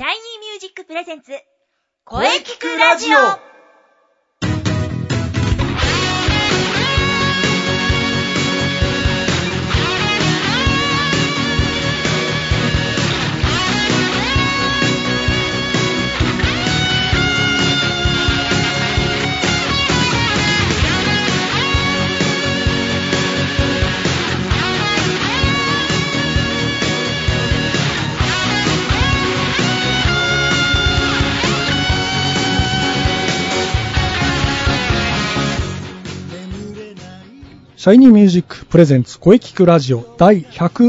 シャイニーミュージックプレゼンツ声聞くラジオ。 シャイニーミュージックプレゼンツ声聞くラジオ第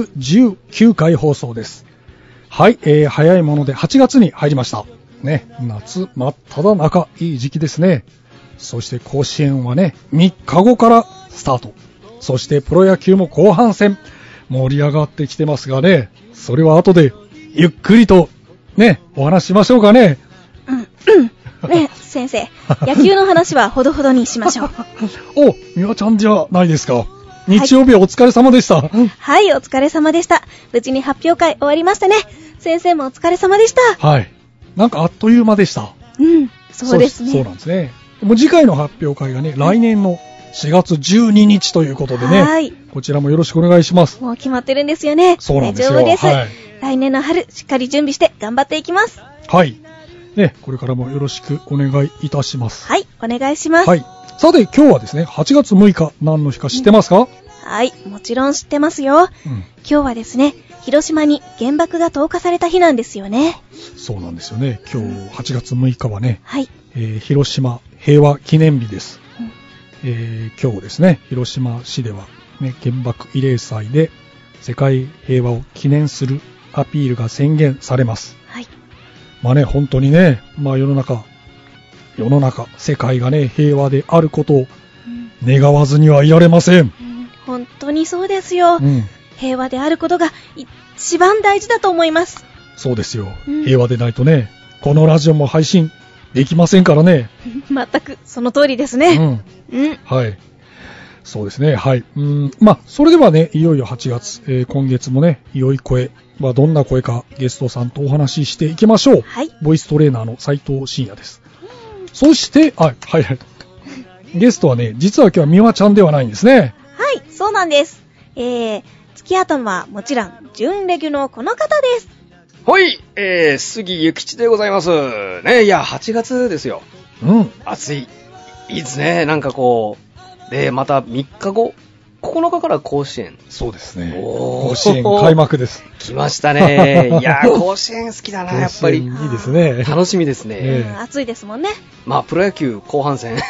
119回放送です。はい、早いもので8月に入りました。ね、夏真っ只中、いい時期ですね。そして甲子園はね、3日後からスタート。そしてプロ野球も後半戦、盛り上がってきてますがね、それは後でゆっくりとね、お話ししましょうかね。 ね、先生、野球の話はほどほどにしましょう。 お、みわちゃんじゃないですか。日曜日はお疲れ様でした。 はい、お疲れ様でした。無事に発表会終わりましたね。先生もお疲れ様でした。 はい。なんかあっという間でした。 うん、そうですね。 そうなんですね。もう次回の発表会がね、来年の4月12日ということでね。はい。こちらもよろしくお願いします。 もう決まってるんですよね。 そうなんですよ。 大丈夫です。 はい、 来年の春、しっかり準備して頑張っていきます。 はい。ね、これからもよろしくお願いいたします。 はい、お願いします。 はい。さて、今日はですね、8月6日、何の日か知ってますか？ はい、もちろん知ってますよ。今日はですね、広島に原爆が投下された日なんですよね。 そうなんですよね。今日8月6日はね、 はい。 広島平和記念日です。今日ですね、広島市では、ね、原爆慰霊祭で世界平和を記念するアピールが宣言されます。 はい。 まあね、本当にね、まあ世の中、世界がね、平和であることを願わずにはいられません。 本当にそうですよ。平和であることが一番大事だと思います。 そうですよ。平和でないとね、このラジオも配信できませんからね。 全くその通りですね。 はい。そうですね。はい。まあ、それではね、いよいよ8月、今月もね、良い声はどんな声かゲストさんとお話ししていきましょう。 はい。 ボイストレーナーの斉藤真也です。そして、はい。ゲストはね、実は今日はみわちゃんではないんですね。 はい、そうなんです。月頭はもちろん、準レギュのこの方です。 はい、杉ゆきちでございます。ね、いや、8月ですよ。暑い。いいですね。なんかこう、で、また3日後、9日から甲子園。 そうですね。甲子園開幕です。 来ましたね。いや、甲子園好きだな、やっぱり。 いいですね。 楽しみですね。 暑いですもんね。 まあ、プロ野球後半戦。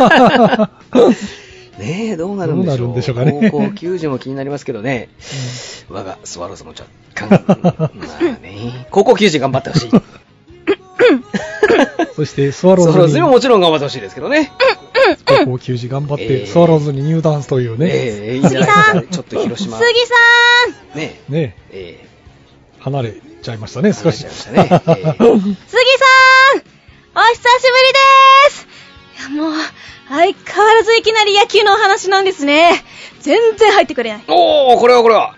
ねえ、どうなるんでしょうかね。高校球児も気になりますけどね。我がスワローズも若干、まあね、高校球児頑張ってほしい。 そしてスワローズにももちろん頑張ってほしいですけどね。 高校球児頑張ってスワローズに入団というね。 杉さん、 ちょっと広島。 杉さん。 ね。離れちゃいましたね、少し。 杉さん、お久しぶりです。いや、もう相変わらずいきなり野球のお話なんですね。全然入ってくれない。 おー、これは。 はい。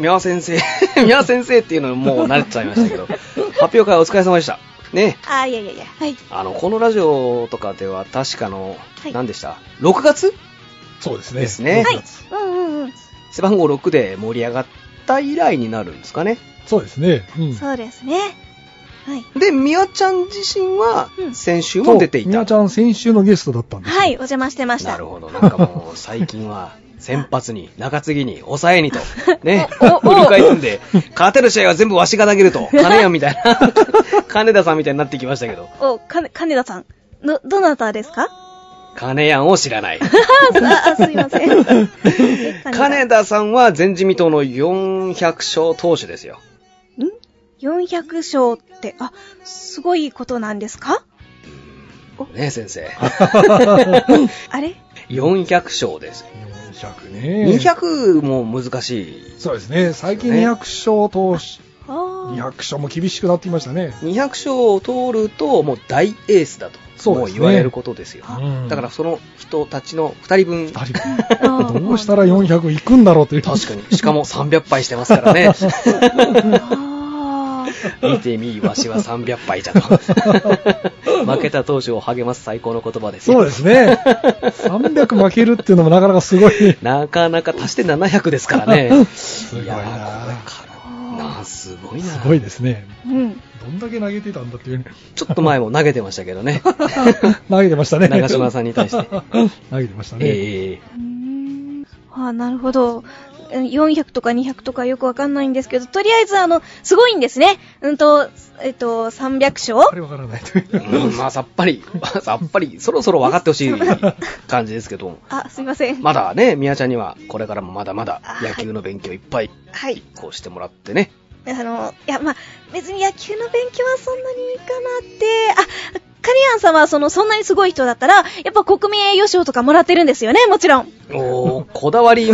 宮先生っていうのもう慣れちゃいましたけど、発表会お疲れ様でした。ね。 いや。はい。 このラジオとかでは確か何でした ?6 月そうですね。 ですね。 はい。 背番号6で盛り上がった以来になるんですかね。 そうですね。 そうですね。はい。 で、みわちゃん自身は先週も出ていた。 みわちゃん先週のゲストだったんです。 はい、お邪魔してました。 なるほど。なんかもう最近は先発に中継ぎに抑えにとね、振り返るんで、勝てる試合は全部わしが投げると、金谷みたいな金田さんみたいになってきましたけど。 金田さん、どなたですか？ 金谷を知らない。 すいません。 金田さんは前人未到の400勝投手ですよ。 400勝って、すごいことなんですか？ ねえ、先生。 あれ ?400 勝です。 400ね。 200も難しい。 そうですね。最近200勝投手。200勝も厳しくなってきましたね。 200勝を通ると、もう大エースだと。もう言われることですよ。だからその人たちの2人分。 どうしたら400いくんだろうという。 確かに。しかも300敗してますからね。 見てみ、わしは300敗じゃと。負けた投手を励ます最高の言葉ですよ。 そうですね。300負けるっていうのもなかなかすごい。 なかなか足して700ですからね。 すごいいやー、これな。 からすごいな。 すごいですね。 うん。 どんだけ投げてたんだっていうね。 ちょっと前も投げてましたけどね。 投げてましたね。 長嶋さんに対して。 投げてましたね。 なるほど。400とか200とかよくわかんないんですけど、とりあえずすごいんですね。300勝あれわからないという。 まあさっぱり、そろそろ分かってほしい感じですけど。 すいません。 まだね、みやちゃんにはこれからもまだまだ野球の勉強いっぱい、こうしてもらってね。 いや、まあ、別に野球の勉強はそんなにいいかなって、カリアンさんはそんなにすごい人だったら、やっぱ国民栄誉賞とかもらってるんですよね、もちろん。 おー、こだわり。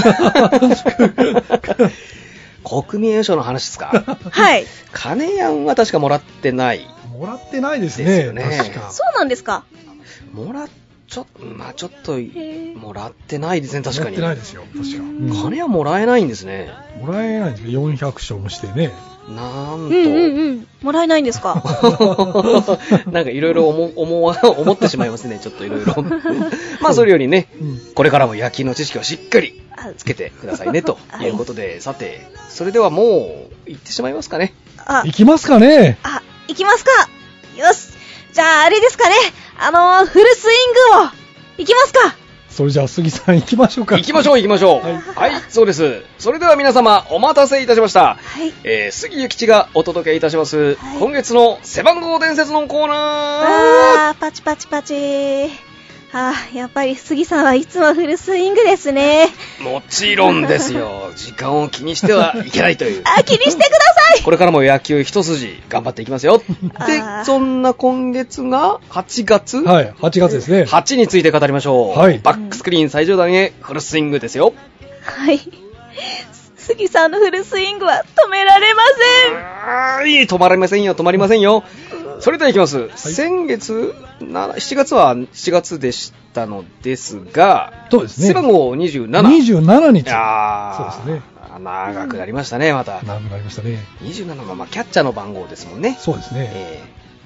国民栄誉賞の話ですか。 はい。 カネヤンは確かもらってない。 もらってないですね。 ですよね。 確か。 そうなんですか。 ちょっと、もらってないですね、確かに。 もらってないですよ、確か。 金はもらえないんですね。 もらえないんですよ、400勝もしてね。 なんと。 もらえないんですか。 なんかいろいろ思ってしまいますね、ちょっといろいろ。まあそれよりね、これからも野球の知識をしっかりつけてくださいね、ということで、さて、それではもう、行ってしまいますかね。 行きますかね。 行きますか。よし。じゃあ、あれですかね。フルスイングを、行きますか。 それじゃあ、杉さん行きましょうか。 行きましょう。はい、そうです。それでは皆様、お待たせいたしました。杉ゆきちがお届けいたします、今月の背番号伝説のコーナー。 パチパチパチ。やっぱり杉さんはいつもフルスイングですね。 もちろんですよ。時間を気にしてはいけないという。 気にしてください。 これからも野球一筋頑張っていきますよ。で、そんな今月が8月？ はい、8月ですね。 8について語りましょう。はい。バックスクリーン最上段へフルスイングですよ。 はい。杉さんのフルスイングは止められません。 止まりませんよ。それではいきます。先月、7月は7月でしたのですが、 そうですね。 背番号27。 27日。 そうですね。長くなりましたね、また。 長くなりましたね。 27はキャッチャーの番号ですもんね。 そうですね。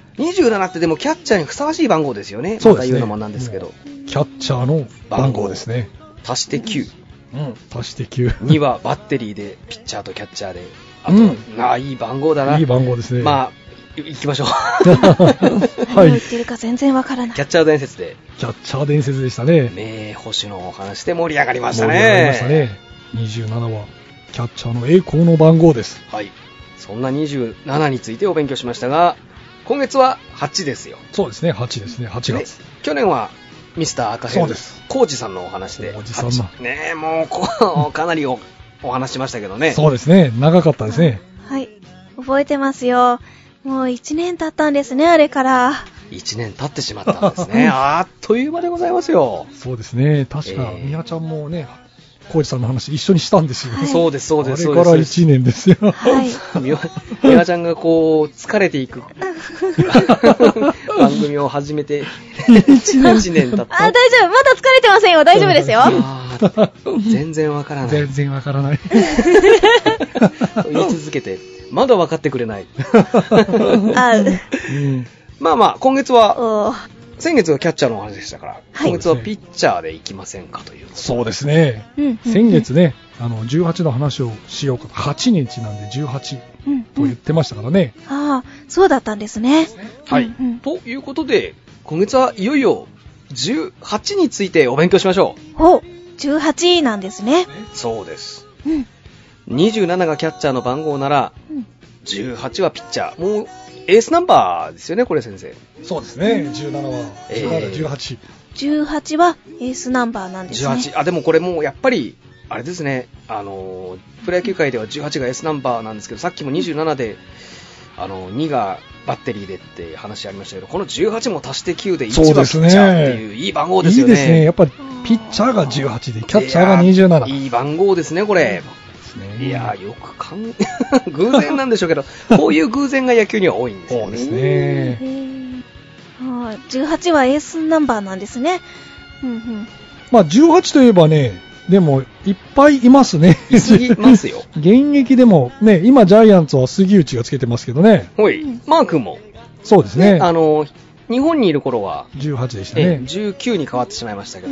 27ってでもキャッチャーにふさわしい番号ですよね。 そうですね。また言うのもなんですけど。 キャッチャーの番号ですね。 足して9。 足して9。 2はバッテリーで、ピッチャーとキャッチャーで。あと、いい番号だな。 いい番号ですね。 まあ、行きましょう。 何を言ってるか全然わからない。 キャッチャー伝説で。 キャッチャー伝説でしたね。 名捕手のお話で盛り上がりましたね。 盛り上がりましたね。27は、キャッチャーの栄光の番号です。 はい。そんな27についてお勉強しましたが、今月は8ですよ。 そうですね、8ですね、8月。 去年は、ミスター赤ヘル。 そうです。 コージさんのお話で。 コージさんの。 ねえ、もう、かなりお話しましたけどね。 そうですね、長かったですね。 はい。覚えてますよ。もう1年経ったんですね、あれから。 1年経ってしまったんですね。あっという間でございますよ。 そうですね。確か、みやちゃんもね、コージさんの話一緒にしたんですよね。 そうです。 あれから1年ですよ。 はい。 みやちゃんが疲れていく番組を始めて1年経った。 大丈夫。まだ疲れてませんよ。大丈夫ですよ。 全然わからない。 全然わからない。 言い続けて、まだ分かってくれない。まあまあ、今月は、先月がキャッチャーのお話でしたから、今月はピッチャーでいきませんかという。 そうですね。先月ね、18の話をしようかと、8にちなんで18と言ってましたからね。 そうだったんですね。 はい。ということで、今月はいよいよ18についてお勉強しましょう。 18なんですね。 そうです。27がキャッチャーの番号なら、18はピッチャー。もう、エースナンバーですよね、これ先生。 そうですね、17は。18。 18はエースナンバーなんですね。 18。でもこれもうやっぱり、あれですね、プロ野球界では18がエースナンバーなんですけど、さっきも27で、2がバッテリーでって話ありましたけど、この18も足して9で1はピッチャーっていういい番号ですよね。 いいですね。やっぱりピッチャーが18で、キャッチャーが27。 いい番号ですね、これ。いやー、よく偶然なんでしょうけど、こういう偶然が野球には多いんですよね。 そうですね。 18はエースナンバーなんですね。 まあ、18といえばね、 でも、いっぱいいますね。 いすぎますよ。 現役でも、ね、今ジャイアンツは杉内がつけてますけどね。 ほい。マー君も。 そうですね。 日本にいる頃は、 18でしたね。 19に変わってしまいましたけど。 うん。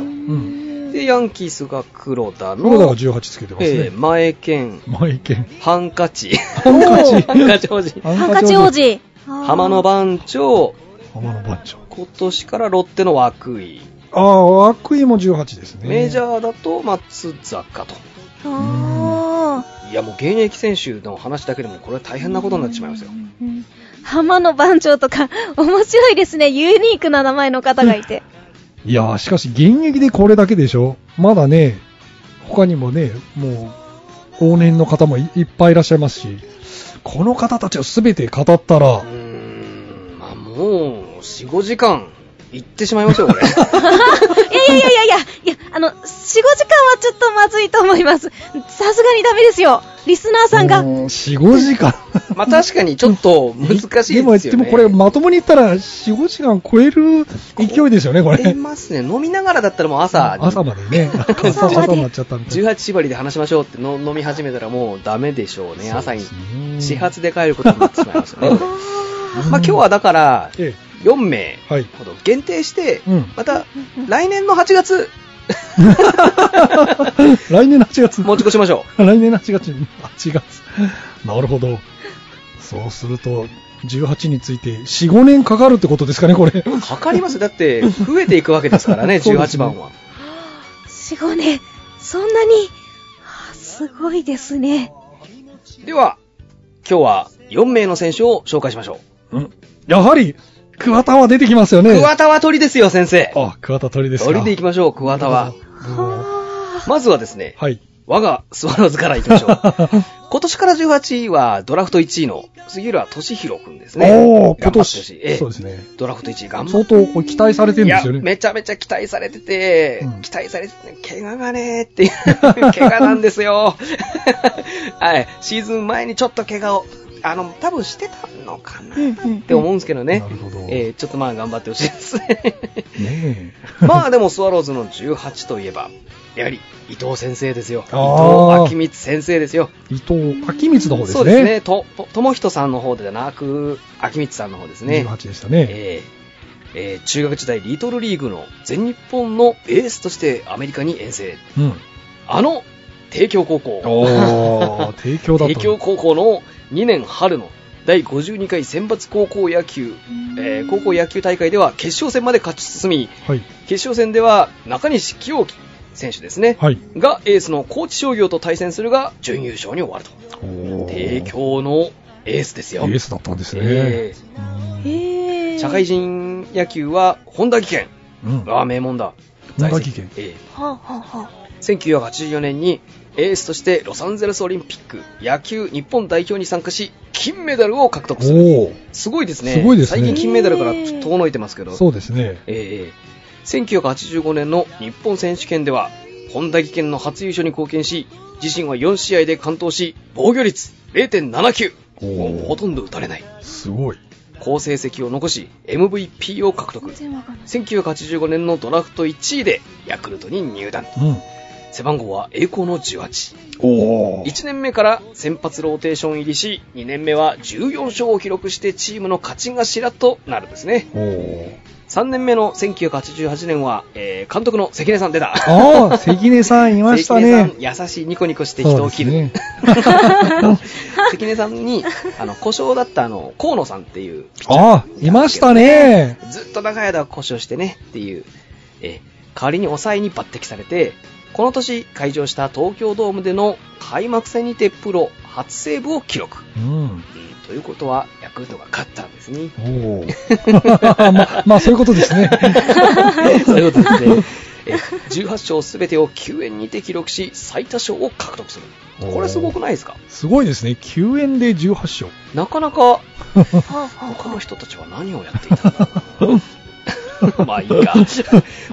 で、ヤンキースが黒田の。 黒田が18つけてますね。 前剣。ハンカチ。 ハンカチ王子。ハンカチ王子。 浜野番長。 浜野番長。 今年からロッテの涌井。 涌井も18ですね。 メジャーだと松坂と。いやもう現役選手の話だけでもこれは大変なことになってしまいますよ。 浜野番長とか面白いですね。ユニークな名前の方がいて。 いやー、しかし現役でこれだけでしょ。まだね、他にもね、もう往年の方も いっぱいいらっしゃいますし、この方たちを全て語ったら、 まあもう4、5時間行ってしまいますよこれ。 いや、4、5時間はちょっとまずいと思います。さすがにダメですよ。リスナーさんが。 4、5時間。 まあ確かにちょっと難しいですよね。 でもこれまともに言ったら4、5時間超える勢いですよね、これ。 超えますね。飲みながらだったらもう朝までね。朝になっちゃったみたいな。 18縛りで話しましょうって飲み始めたらもうダメでしょうね。朝に始発で帰ることになってしまいますよね。まあ今日はだから、4名ほど限定して、また来年の8月来年の8月持ち越しましょう。来年の8月なるほど。そうすると18について 4,5 年かかるってことですかね、これ。 かかります。だって増えていくわけですからね。18番は 4,5 年そんなにすごいですね。 では今日は4名の選手を紹介しましょう。 やはり桑田は出てきますよね。 桑田は鳥ですよ、先生。 桑田鳥ですか。 鳥でいきましょう、桑田は。まずはですね、 はい。 我がスワローズからいきましょう。今年から18位はドラフト1位の杉浦俊弘君ですね。 今年。そうですね。 ドラフト1位頑張って。相当期待されてるんですよね。 いや、めちゃめちゃ期待されてて、怪我がねーっていう、怪我なんですよ。はい。シーズン前にちょっと怪我を、多分してたのかなって思うんですけどね。 なるほど。 ちょっとまあ頑張ってほしいですね。まあでもスワローズの18といえば、やはり伊藤先生ですよ。伊藤昭光先生ですよ。 伊藤昭光の方ですね。 そうですね。友人さんの方ではなく、昭光さんの方ですね。 18でしたね。 中学時代リトルリーグの全日本のエースとしてアメリカに遠征。帝京高校。 帝京だった。 帝京高校の2年春の第52回選抜高校野球、高校野球大会では決勝戦まで勝ち進み、決勝戦では中西清樹選手ですね、がエースの高知商業と対戦するが準優勝に終わると。帝京のエースですよ。 エースだったんですね。 社会人野球は本田技研。名門だ。 本田技研。 1984年にエースとしてロサンゼルスオリンピック野球日本代表に参加し金メダルを獲得する。すごいですね。 すごいですね。 最近金メダルから遠のいてますけど。 そうですね。 1985年の日本選手権では本田技研の初優勝に貢献し、自身は4試合で完投し防御率 0.79。ほとんど打たれない。 すごい。 好成績を残し MVP を獲得。1985年のドラフト1位でヤクルトに入団。背番号は栄光の18。1年目から先発ローテーション入りし、2年目は14勝を記録してチームの勝ち頭となるんですね。3年目の1988年は、監督の関根さん出た。 関根さんいましたね。 関根さん優しいニコニコして人を切る。関根さんに故障だった河野さんっていうピッチャー、 いましたね。 ずっと長い間故障してねっていう、代わりに抑えに抜擢されて、この年開場した東京ドームでの開幕戦にてプロ初セーブを記録。ということはヤクルトが勝ったんですね。 まあそういうことですね。 そういうことですね。18勝すべてを救援にて記録し最多勝を獲得する。これすごくないですか？ すごいですね。救援で18勝。 なかなか他の人たちは何をやっていたんだろう。まあいいか。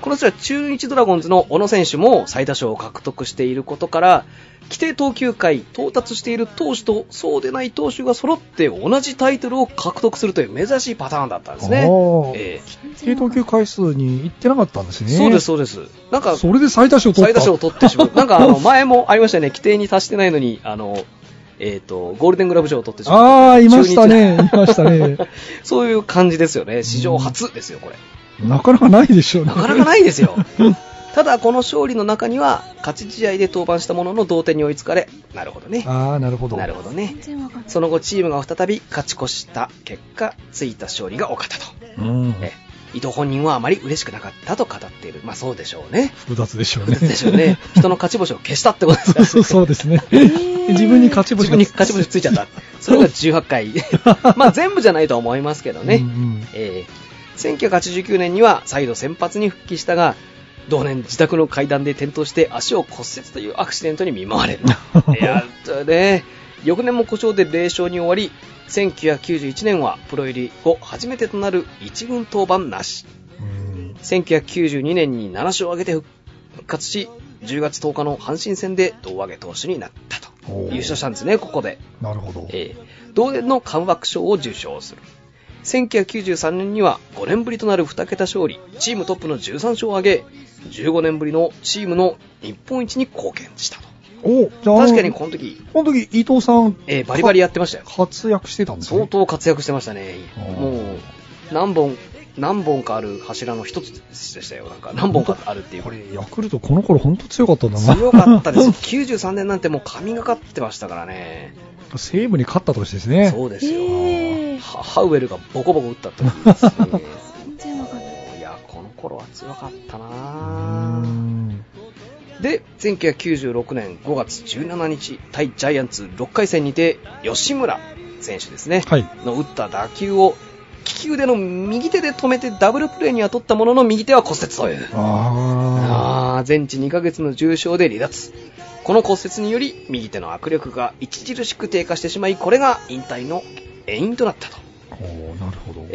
この人は中日ドラゴンズの小野選手も最多勝を獲得していることから、規定投球回到達している投手とそうでない投手が揃って同じタイトルを獲得するという珍しいパターンだったんですね。 規定投球回数に行ってなかったんですね。 そうです、そうです。なんか、 それで最多勝を取った。 最多勝を取ってしまう。なんか前もありましたね、規定に達してないのに、ゴールデングラブ賞を取ってしまう。 ああ、いましたね、いましたね。 そういう感じですよね。史上初ですよ、これ。 なかなかないでしょうね。 なかなかないですよ。ただ、この勝利の中には、勝ち試合で登板したものの同点に追いつかれ、なるほどね。 ああ、なるほど。 なるほどね。その後、チームが再び勝ち越した結果、ついた勝利が多かったと。伊藤本人はあまり嬉しくなかったと語っている。まあそうでしょうね。 複雑でしょうね。 複雑でしょうね。人の勝ち星を消したってことですからね。 そうですね。自分に勝ち星ついちゃった。それが18回。まあ全部じゃないとは思いますけどね。1989年には再度先発に復帰したが、同年自宅の階段で転倒して足を骨折というアクシデントに見舞われる。やっとね。翌年も故障で0勝に終わり、1991年はプロ入り後初めてとなる1軍登板なし。1992年に7勝を挙げて復活し、10月10日の阪神戦で胴上げ投手になったと。優勝したんですね、ここで。 なるほど。 同年のカムバック賞を受賞する。1993年には5年ぶりとなる2桁勝利、チームトップの13勝を挙げ、15年ぶりのチームの日本一に貢献したと。 じゃあ確かにこの時伊藤さん、 バリバリやってましたよ。 活躍してたんですね。 相当活躍してましたね。もう何本かある柱の一つでしたよ。なんか何本かあるっていう。 これヤクルトこの頃本当強かったんだな。 強かったです。93年なんてもう神がかってましたからね。 西武に勝った年ですね。 そうですよ。ハウエルがボコボコ打った時ですね。 全然わかんない。 いや、この頃は強かったな。で、1996年5月17日、対ジャイアンツ6回戦にて、吉村選手ですね、の打った打球を、利き腕の右手で止めてダブルプレーには取ったものの右手は骨折という。全治2ヶ月の重傷で離脱。この骨折により、右手の握力が著しく低下してしまい、これが引退の原因となったと。 なるほど。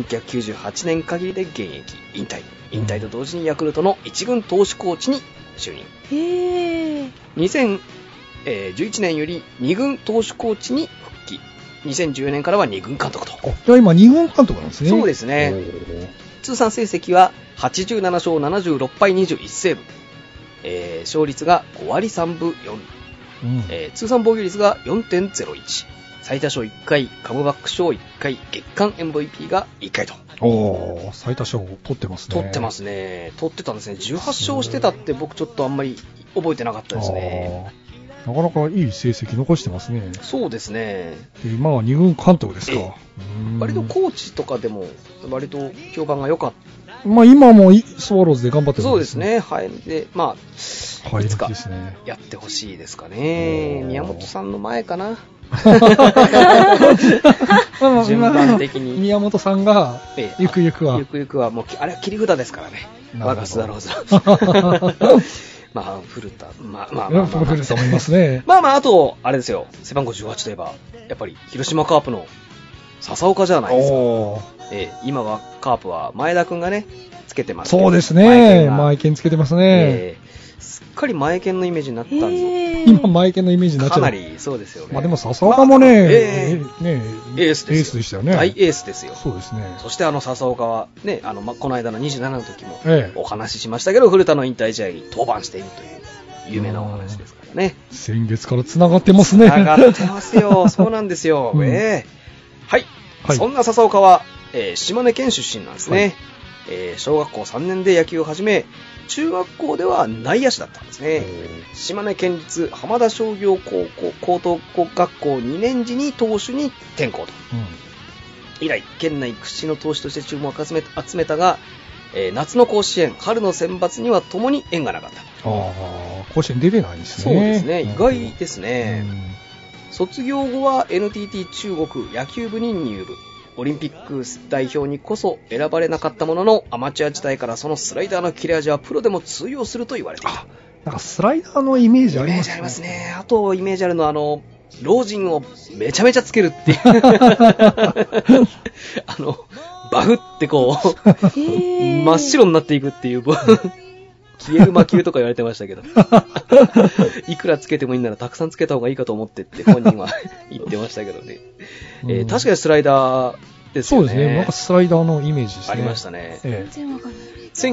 1998年限りで現役引退。引退と同時にヤクルトの一軍投手コーチに就任。2011年より2軍投手コーチに復帰。2014年からは2軍監督と。 じゃあ今2軍監督なんですね。 そうですね。通算成績は87勝76敗21セーブ。勝率が5割3分4。通算防御率が 4.01。最多勝1回、カムバック賞1回、月間 MVP が1回と。 最多勝取ってますね。 取ってますね。取ってたんですね。18勝してたって僕ちょっとあんまり覚えてなかったですね。 なかなかいい成績残してますね。 そうですね。 今は2軍監督ですか。 割とコーチとかでも割と評判が良かった。 今もスワローズで頑張ってるんですね。 そうですね。はい。で、いつかやってほしいですかね。宮本さんの前かな。順番的に宮本さんがゆくゆくはもうあれは切り札ですからね。我がスワローズ古田古田もいますね。 あとあれですよ、背番号18といえばやっぱり広島カープの笹岡じゃないですか。今はカープは前田くんがねつけてます。 そうですね。前剣つけてますね。 すっかり前剣のイメージになったんですよ。 今前剣のイメージになっちゃう。 かなりそうですよね。 でも笹岡もね、エースでしたよね。 大エースですよ。 そうですね。 そして笹岡はね、この間の27の時もお話ししましたけど、古田の引退試合に登板しているという有名なお話ですからね。 先月から繋がってますね。 繋がってますよ。そうなんですよ。はい。そんな笹岡は島根県出身なんですね。小学校3年で野球を始め、中学校では内野手だったんですね。島根県立浜田商業高等学校2年時に投手に転向と。以来、県内屈指の投手として注目を集めたが、夏の甲子園、春の選抜にはともに縁がなかった。 甲子園出てないんですね。 そうですね。意外ですね。卒業後は NTT 中国野球部に入部。オリンピック代表にこそ選ばれなかったものの、アマチュア時代からそのスライダーの切れ味はプロでも通用すると言われていた。 なんかスライダーのイメージありますね。 イメージありますね。あとイメージあるのは老人をめちゃめちゃつけるっていうバフってこう、真っ白になっていくっていう、消える魔球とか言われてましたけど。いくらつけてもいいならたくさんつけた方がいいかと思ってって本人は言ってましたけどね。確かにスライダーですよね。 そうですね。なんかスライダーのイメージですね。 ありましたね。 全然わかんない。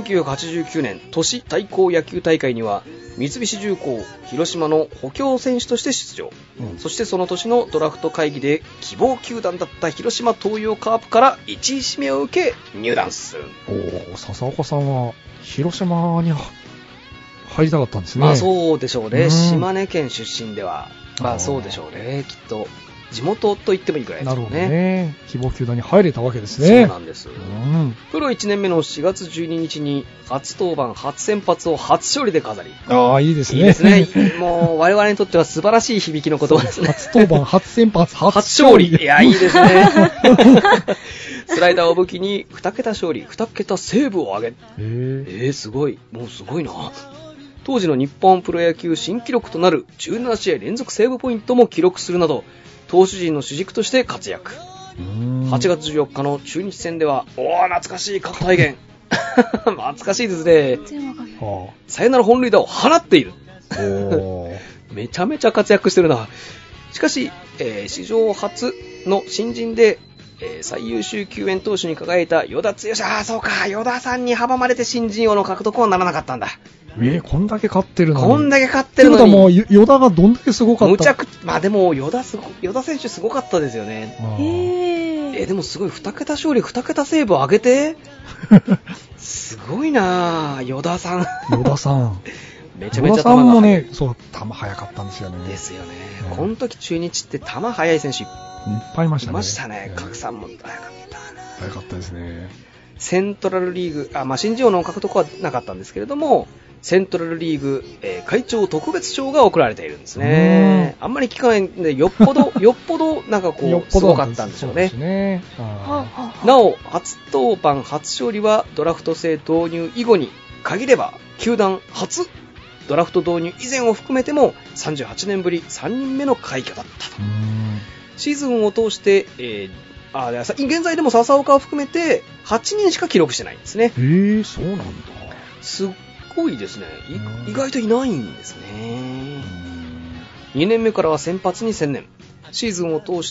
1989年都市対抗野球大会には三菱重工広島の補強選手として出場、そしてその年のドラフト会議で希望球団だった広島東洋カープから1位指名を受け入団する。 笹岡さんは広島に入りたかったんですね。 まあそうでしょうね。島根県出身ではまあそうでしょうね。きっと地元と言ってもいいくらいですよね。なるほどね。 希望球団に入れたわけですね。 そうなんです。プロ1年目の4月12日に初登板、初先発を初勝利で飾り。 ああ、いいですね。 いいですね。もう我々にとっては素晴らしい響きの言葉ですね。 初登板、初先発、初勝利。 いや、いいですね。スライダーを武器に2桁勝利、2桁セーブを挙げ。すごい。もうすごいな。当時の日本プロ野球新記録となる17試合連続セーブポイントも記録するなど、投手陣の主軸として活躍。8月14日の中日戦では、懐かしいカット体現。懐かしいですね。サヨナラ本塁打を放っている。めちゃめちゃ活躍してるな。しかし、史上初の新人で、最優秀救援投手に輝いた与田剛。そうか、与田さんに阻まれて新人王の獲得はならなかったんだ。 こんだけ勝ってるのに。 こんだけ勝ってるのに。 もう、与田がどんだけすごかった。 むちゃくまあでも、与田選手すごかったですよね。でもすごい、2桁勝利、2桁セーブを上げて、すごいなぁ、与田さん。 与田さん。 めちゃめちゃ球が速い。与田さんもね、そう、球速かったんですよね。 ですよね。この時中日って球速い選手いっぱいいましたね。 いましたね。角さんも速かった。 速かったですね。 セントラルリーグ、新人王の獲得はなかったんですけれども、セントラルリーグ、会長特別賞が贈られているんですね。あんまり聞かないんで、よっぽどなんかこう、すごかったんでしょうね。なお、初登板、初勝利はドラフト制導入以後に限れば、球団初ドラフト導入以前を含めても38年ぶり3人目の快挙だったと。シーズンを通して、現在でも笹岡を含めて8人しか記録してないんですね。 そうなんだ。 すっごいですね。意外といないんですね。2年目からは先発に専念。シーズンを通して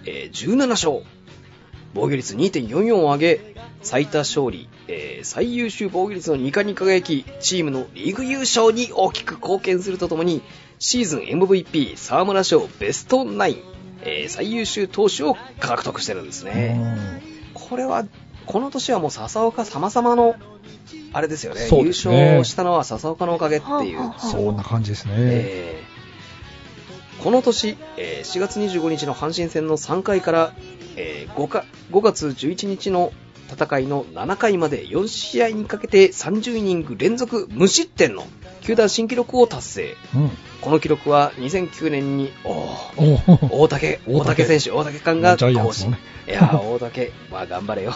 、17勝。防御率 2.44 を上げ、最多勝利、最優秀防御率の2冠に輝き、チームのリーグ優勝に大きく貢献するとともに、シーズン MVP 沢村賞ベスト9、最優秀投手を獲得してるんですね。この年はもう笹岡様々のあれですよね。優勝したのは笹岡のおかげっていう。 そんな感じですね。 この年、4月25日の阪神戦の3回から、5月11日の戦いの7回まで4試合にかけて30イニング連続無失点の球団新記録を達成。この記録は2009年に大竹選手、大竹寛が更新。いや大竹、頑張れよ。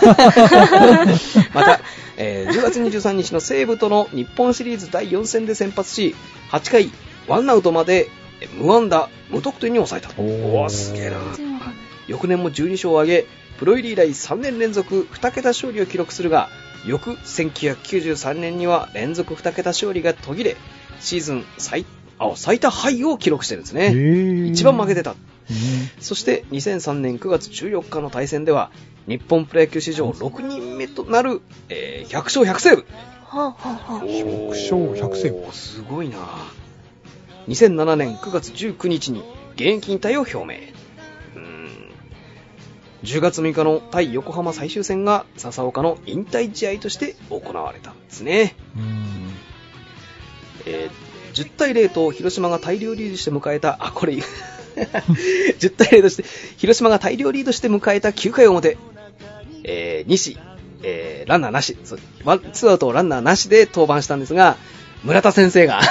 また、10月23日の西武との日本シリーズ第4戦で先発し、8回1アウトまで無安打無得点に抑えた。すげえな。翌年も12勝を挙げ、プロ入り以来3年連続2桁勝利を記録するが、翌1993年には連続2桁勝利が途切れ、シーズン最多敗を記録してるんですね。一番負けてた。そして2003年9月14日の対戦では、日本プロ野球史上6人目となる、100勝100セーブ。 100勝100セーブ。 すごいな。2007年9月19日に現役引退を表明。10月6日の対横浜最終戦が笹岡の引退試合として行われたんですね。10対0と広島が大量リードして迎えた、10対0として広島が大量リードして迎えた9回表、西、ランナーなし、2アウトランナーなしで登板したんですが、村田先生が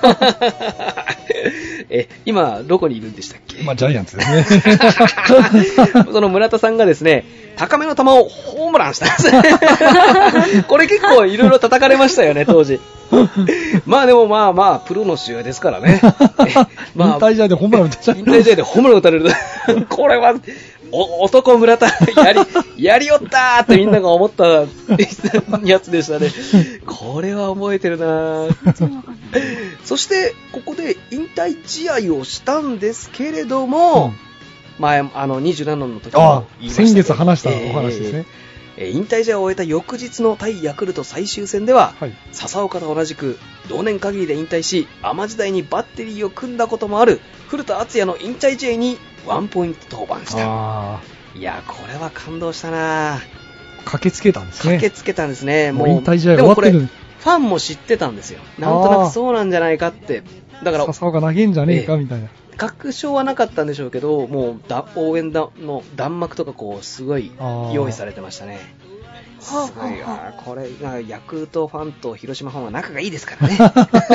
今どこにいるんでしたっけ？ ジャイアンツですね。 その村田さんがですね、高めの球をホームランしたんです。これ結構いろいろ叩かれましたよね、当時。でもプロの試合ですからね。 引退試合でホームラン打たれる。 引退試合でホームラン打たれる。これは、 男村田やりよったーってみんなが思ったやつでしたね。これは覚えてるなそしてここで引退試合をしたんですけれども、前27の時も言いました、ね、 先月話したお話ですね。 引退試合を終えた翌日の対ヤクルト最終戦では、 はい、 笹岡と同じく同年限りで引退し、アマ時代にバッテリーを組んだこともある古田敦也の引退試合にワンポイント登板した。いやこれは感動したな。 駆けつけたんですね。 駆けつけたんですね。 もう引退試合終わってる。 でもこれファンも知ってたんですよ。なんとなくそうなんじゃないかって。だから笹岡投げんじゃねえかみたいな。 確証はなかったんでしょうけど、もう応援の弾幕とかこうすごい用意されてましたね。すごい。これがヤクルトファンと広島ファンは仲がいいですからね。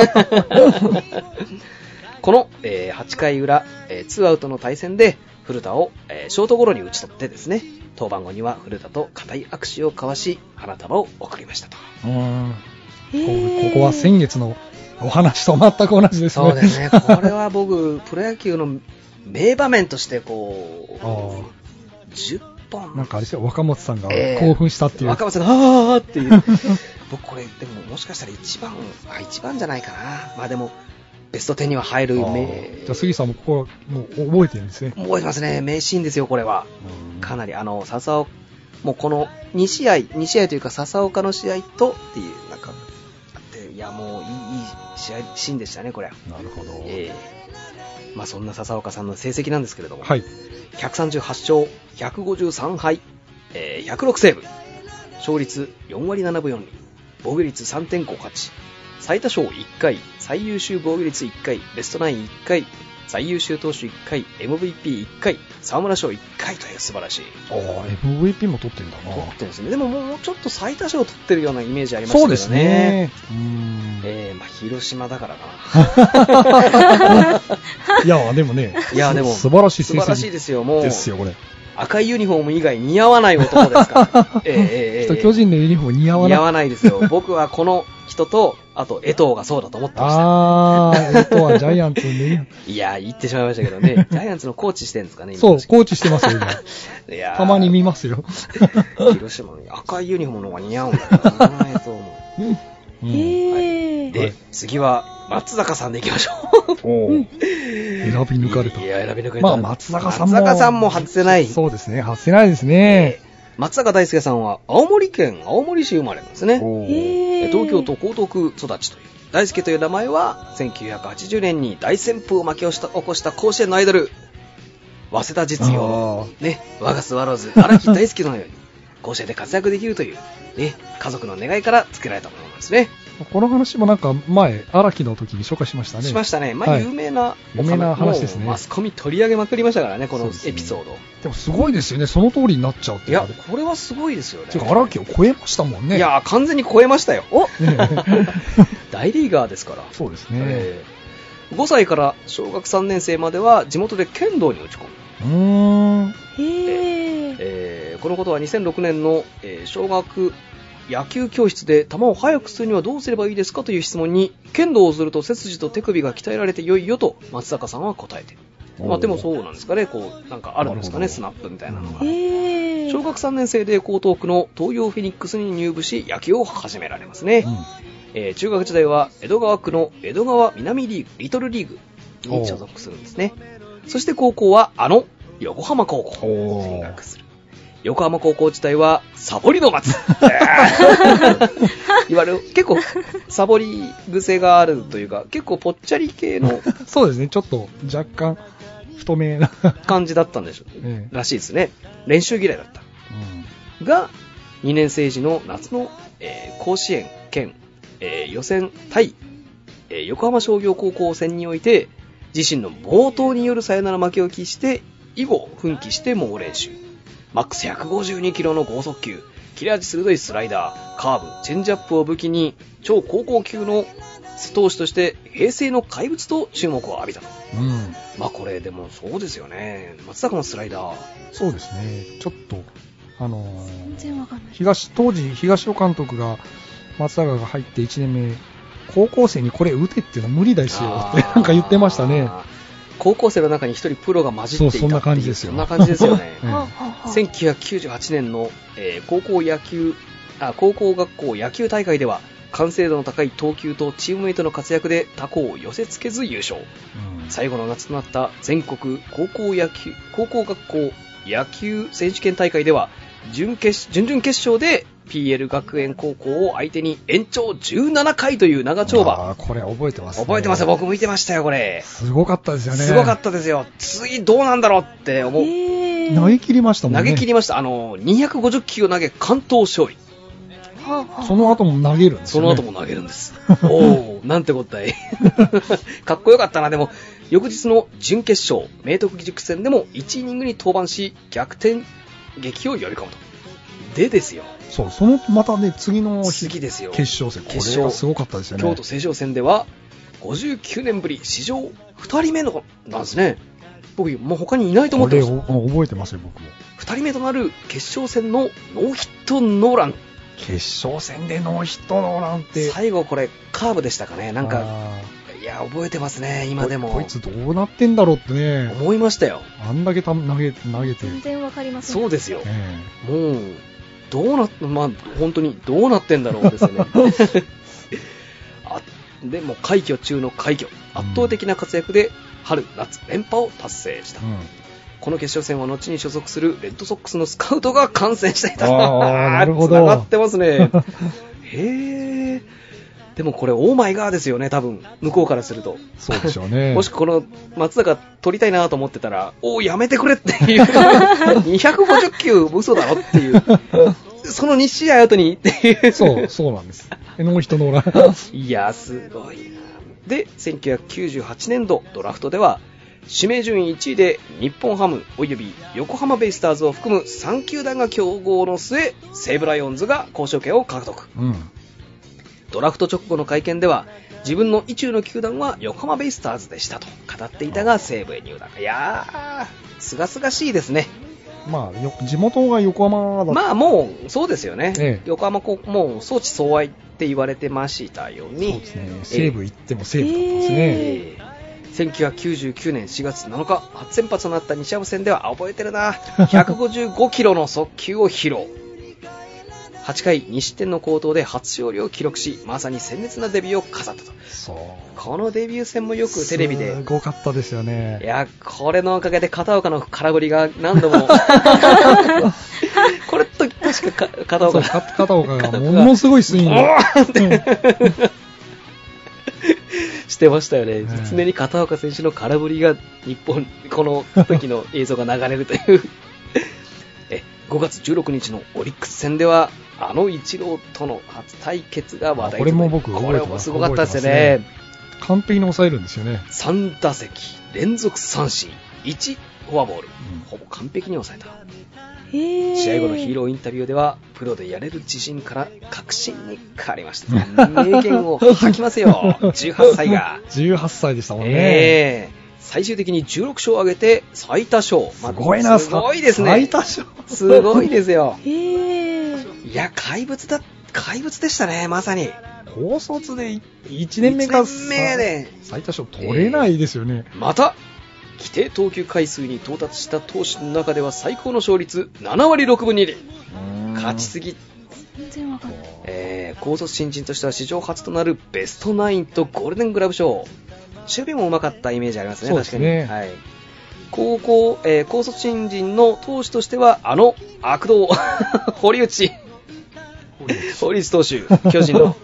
この、8回裏、2アウトの対戦で古田を、ショートゴロに打ち取ってですね、登板後には古田と固い握手を交わし花束を贈りましたと。 ここは先月のお話と全く同じですね。 そうですね。これは僕プロ野球の名場面としてこう10本なんかあれですよ、若松さんが興奮したっていう、 若松さんがあーっていう僕これでももしかしたら一番じゃないかな。まあでもベスト10には入る名。 じゃあ杉さんもここはもう覚えてるんですね。 覚えてますね。名シーンですよこれは。かなり笹岡もうこの2試合というか笹岡の試合とっていうなんかあって、いやもういいシーンでしたねこれ。 なるほど。 まあそんな笹岡さんの成績なんですけれども、 はい、 138勝153敗、106セーブ、勝率4割7分4厘、防御率 3.58、最多勝1回、最優秀防御率1回、ベストナイン1回、最優秀投手1回、MVP1 回、沢村賞1回という素晴らしい。 MVP も取ってるんだな。 取ってるんですね。でももうちょっと最多勝取ってるようなイメージありましたけどね。 そうですね。 まあ広島だからかな。 いやでもね、素晴らしい成績。 素晴らしいですよ。もうですよこれ。 赤いユニフォーム以外似合わない男ですから。 巨人のユニフォーム似合わない。 似合わないですよ。僕はこの人と、あと江藤がそうだと思ってました。 江藤はジャイアンツね。 いや、言ってしまいましたけどね。ジャイアンツのコーチしてるんですかね、今。 そう、コーチしてますよ、今。いやたまに見ますよ。 広島に赤いユニフォームの方が似合うんだからな、江藤も。で、次は松坂さんでいきましょう。 選び抜かれた。 いや、選び抜かれた。 まあ、松坂さんも外せない。 そうですね、外せないですね。 松坂大輔さんは青森県青森市生まれなんですね。東京都江東区育ちという。大輔という名前は1980年に大旋風を巻き起こした甲子園のアイドル、早稲田実業ね、我がスワローズ荒木大輔のように甲子園で活躍できるというね、家族の願いから付けられたものなんですね。 この話もなんか前荒木の時に紹介しましたね。 しましたね。前有名な話ですね。 マスコミ取り上げまくりましたからね、このエピソード。 でもすごいですよね、その通りになっちゃうって。 いや、これはすごいですよね。 荒木を超えましたもんね。 いや、完全に超えましたよ。大リーガーですから。 そうですね。 5歳から小学3年生までは地元で剣道に打ち込む。このことは2006年の、小学野球教室で球を速くするにはどうすればいいですかという質問に、剣道をすると背筋と手首が鍛えられてよいよと松坂さんは答えて、まあでもそうなんですかね、こうなんかあるんですかね、スナップみたいなのが。小学3年生で江東区の東洋フェニックスに入部し野球を始められますね。中学時代は江戸川区の江戸川南リーグリトルリーグに所属するんですね。そして高校は横浜高校に進学する。横浜高校自体はサボりの松言われる。結構サボり癖があるというか、結構ぽっちゃり系のそうですね、ちょっと若干太めな感じだったんでしょう、らしいですね。練習嫌いだった、が2年生時の夏の、甲子園兼、予選対、横浜商業高校戦において自身の暴投によるサヨナラ負けを喫して以後奮起して猛練習。マックス152キロの剛速球、切れ味鋭いスライダー、カーブ、チェンジアップを武器に超高校級の投手として平成の怪物と注目を浴びたと。まあこれでもそうですよね。松坂のスライダー。 そうですね。ちょっと全然わかんない。 当時東尾監督が松坂が入って1年目、高校生にこれ打てっていうのは無理ですよってなんか言ってましたね。 高校生の中に一人プロが混じっていたっていう。 そんな感じですよ。 そんな感じですよね。1998年の、高校学校野球大会では、完成度の高い投球とチームメイトの活躍で他校を寄せ付けず優勝。最後の夏となった全国高校学校野球選手権大会では、準々決勝で PL 学園高校を相手に延長17回という長丁場。 これ覚えてますね。 覚えてますよ。僕見てましたよ、これ。 すごかったですよね。 すごかったですよ。次どうなんだろうって思う。 投げ切りましたもんね。 投げ切りました。250球を投げ、完投勝利。 その後も投げるんですよね。 その後も投げるんです。おー、なんてこったい。かっこよかったな。でも、翌日の準決勝、明徳義塾戦でも1イニングに登板し、逆転劇を呼び込むと。でですよ。 そう、そのまたね、次の日ですよ。 決勝戦。これがすごかったですよね。 京都成城戦では、59年ぶり、史上2人目のなんですね。僕、もう他にいないと思ってました。 覚えてますよ、僕も。 2人目となる決勝戦のノーヒットノーラン。 決勝戦でノーヒットノーランって。 最後これ、カーブでしたかね。なんか、いや、覚えてますね、今でも。 こいつどうなってんだろうってね。 思いましたよ。 あんだけ投げて。 全然わかりません。 そうですよ。もう、本当にどうなってんだろうですよね。でも快挙中の快挙。圧倒的な活躍で、春、夏、連覇を達成した。この決勝戦は後に所属するレッドソックスのスカウトが観戦していた。 なるほど。 繋がってますね。へー。でもこれ、オーマイガーですよね、多分。向こうからすると。 そうでしょうね。 もしこの松坂取りたいなと思ってたら、やめてくれっていう。250球嘘だろっていう。その2試合後にっていう。 そうなんです。ノーヒットノーラン。 いや、すごいな。で、1998年度ドラフトでは、指名順位1位で日本ハムおよび横浜ベイスターズを含む3球団が競合の末、西武ライオンズが交渉権を獲得。ドラフト直後の会見では、自分の意中の球団は横浜ベイスターズでしたと語っていたが、西武へ入団。いやー、すがすがしいですね。 まあ、地元が横浜だった。 まあ、もう、そうですよね。横浜、もう、相知相愛って言われてましたように。 そうですね。西武行っても西武だったんですね。 1999年4月7日、初先発となった西山戦では、覚えてるな、155キロの速球を披露。8回2失点の好投で初勝利を記録し、まさに鮮烈なデビューを飾ったと。このデビュー戦もよくテレビで。 すごかったですよね。 いや、これのおかげで片岡の空振りが何度も。これと確か片岡がものすごいスイング。 してましたよね。常に片岡選手の空振りが日本、この時の映像が流れるという。5月16日のオリックス戦では、イチローとの初対決が話題と。 これも僕覚えてます。 これもすごかったですよね。 完璧に抑えるんですよね。 3打席連続三振、1フォアボール。ほぼ完璧に抑えた。試合後のヒーローインタビューでは、プロでやれる自信から確信に変わりました。名言を吐きますよ、18歳が。 18歳でしたもんね。 最終的に16勝を挙げて最多勝。 すごいな、 すごいですね。 最多勝。 すごいですよ。いや、怪物でしたね、まさに。 高卒で1年目かで最多勝取れないですよね。 また、規定投球回数に到達した投手の中では最高の勝率7割6分2厘。勝ちすぎ。 全然わかんない。 高卒新人としては史上初となるベストナインとゴールデングラブ賞。守備もうまかったイメージありますね。 そうですね。 確かに。はい。高卒新人の投手としては、悪童、堀内投手、巨人の、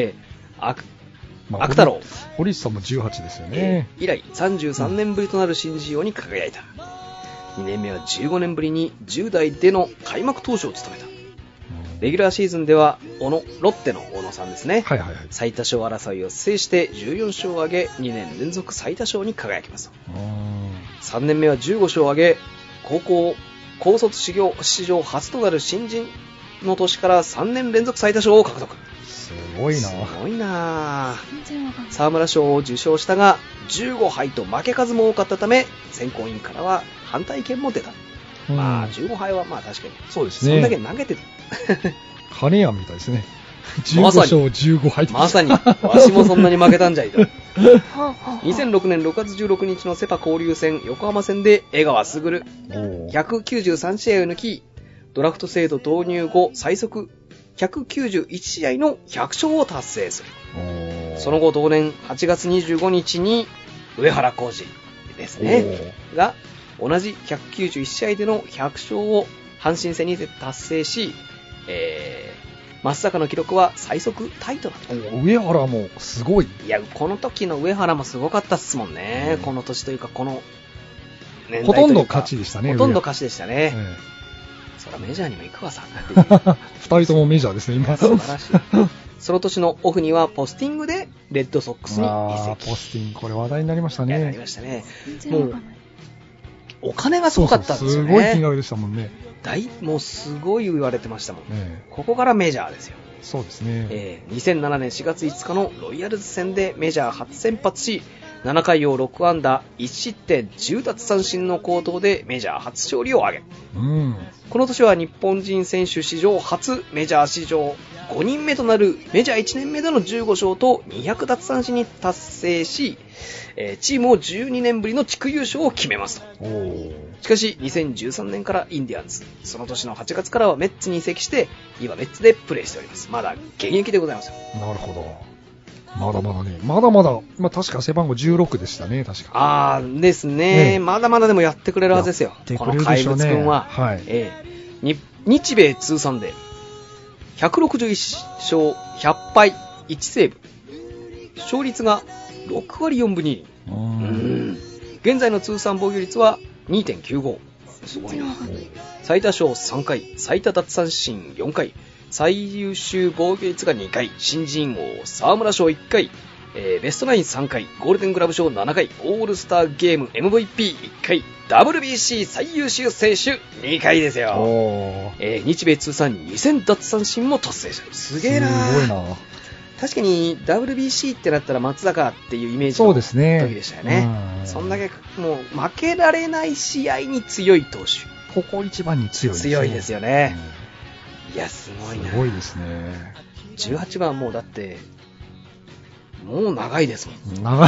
悪太郎。 堀内さんも18ですよね。 以来、33年ぶりとなる新人王に輝いた。2年目は15年ぶりに10代での開幕投手を務めた。レギュラーシーズンではロッテの小野さんですね、最多勝争いを制して14勝を挙げ2年連続最多勝に輝きます。3年目は15勝を挙げ高卒史上初となる新人の年から3年連続最多勝を獲得。 すごいな。沢村賞を受賞したが15敗と負け数も多かったため選考委員からは反対意見も出た。まあ15敗はまあ確かにそうですね。 そんだけ投げてる。 カネヤンみたいですね。 15勝15敗。 まさに、わしもそんなに負けたんじゃいと。2006年6月16日のセパ交流戦横浜戦で江川卓、193試合を抜き、ドラフト制度導入後最速191試合の100勝を達成する。その後同年8月25日に上原浩二ですねが同じ191試合での100勝を阪神戦にて達成し、松坂の記録は最速タイとなった。 上原もすごい。 いや、この時の上原もすごかったっすもんね。この年というかこの年代というかほとんど勝ちでしたね。 ほとんど勝ちでしたね。そらメジャーにも行くわさ。 二人ともメジャーですね、今。 素晴らしい。その年のオフにはポスティングでレッドソックスに移籍。 ポスティング、これ話題になりましたね。 なりましたね。もう、お金がすごかったんですよね。 すごい金額でしたもんね。 もうすごい言われてましたもん。ここからメジャーですよ。 そうですね。 2007年4月5日のロイヤルズ戦でメジャー初先発し、7回を6安打1失点10奪三振の好投でメジャー初勝利を挙げ、この年は日本人選手史上初メジャー史上5人目となるメジャー1年目での15勝と200奪三振に達成し、チームを12年ぶりの地区優勝を決めますと。しかし2013年からインディアンズ、その年の8月からはメッツに移籍して、今メッツでプレーしております。まだ現役でございますよ。 なるほど。まだまだね、まだまだ、確か背番号16でしたね、確か。 ですね、まだまだでもやってくれるはずですよ。この怪物くんは。 はい。 日米通算で、161勝100敗1セーブ。勝率が6割4分2厘。現在の通算防御率は 2.95。すごいな。最多勝3回、最多奪三振4回。最優秀防御率が2回、新人王沢村賞1回、ベストナイン3回、ゴールデングラブ賞7回、オールスターゲーム MVP1 回、WBC 最優秀選手2回ですよ。日米通算2000奪三振も達成した。すげえな。 すごいな。 確かに WBC ってなったら松坂っていうイメージの時でしたよね。そんだけもう負けられない試合に強い投手。 ここ一番に強いですね。 強いですよね。いや、すごいな。 すごいですね。 18番もうだって、もう長いですもん。 長い。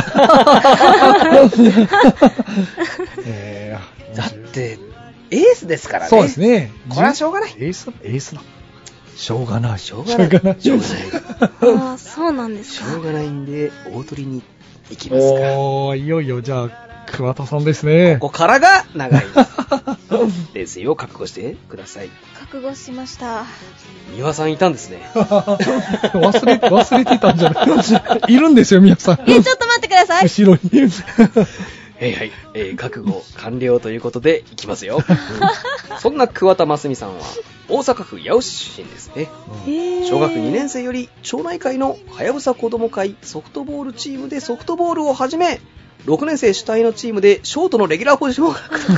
だって、エースですからね。 そうですね。 これはしょうがない。 エースだ。しょうがない。 しょうがない。 そうなんですか。 しょうがないんで、大鳥に行きますか。 いよいよ、じゃあ、桑田さんですね。 ここからが長いです。ですよ、覚悟してください。 覚悟しました。 三輪さんいたんですね。 忘れてたんじゃないいるんですよ、皆さん。 ちょっと待ってください。 後ろに。 はい、覚悟完了ということでいきますよ。そんな桑田真澄さんは大阪府八尾市出身ですね。小学2年生より町内会のはやぶさ子ども会ソフトボールチームでソフトボールを始め、6年生主体のチームでショートのレギュラーポジションを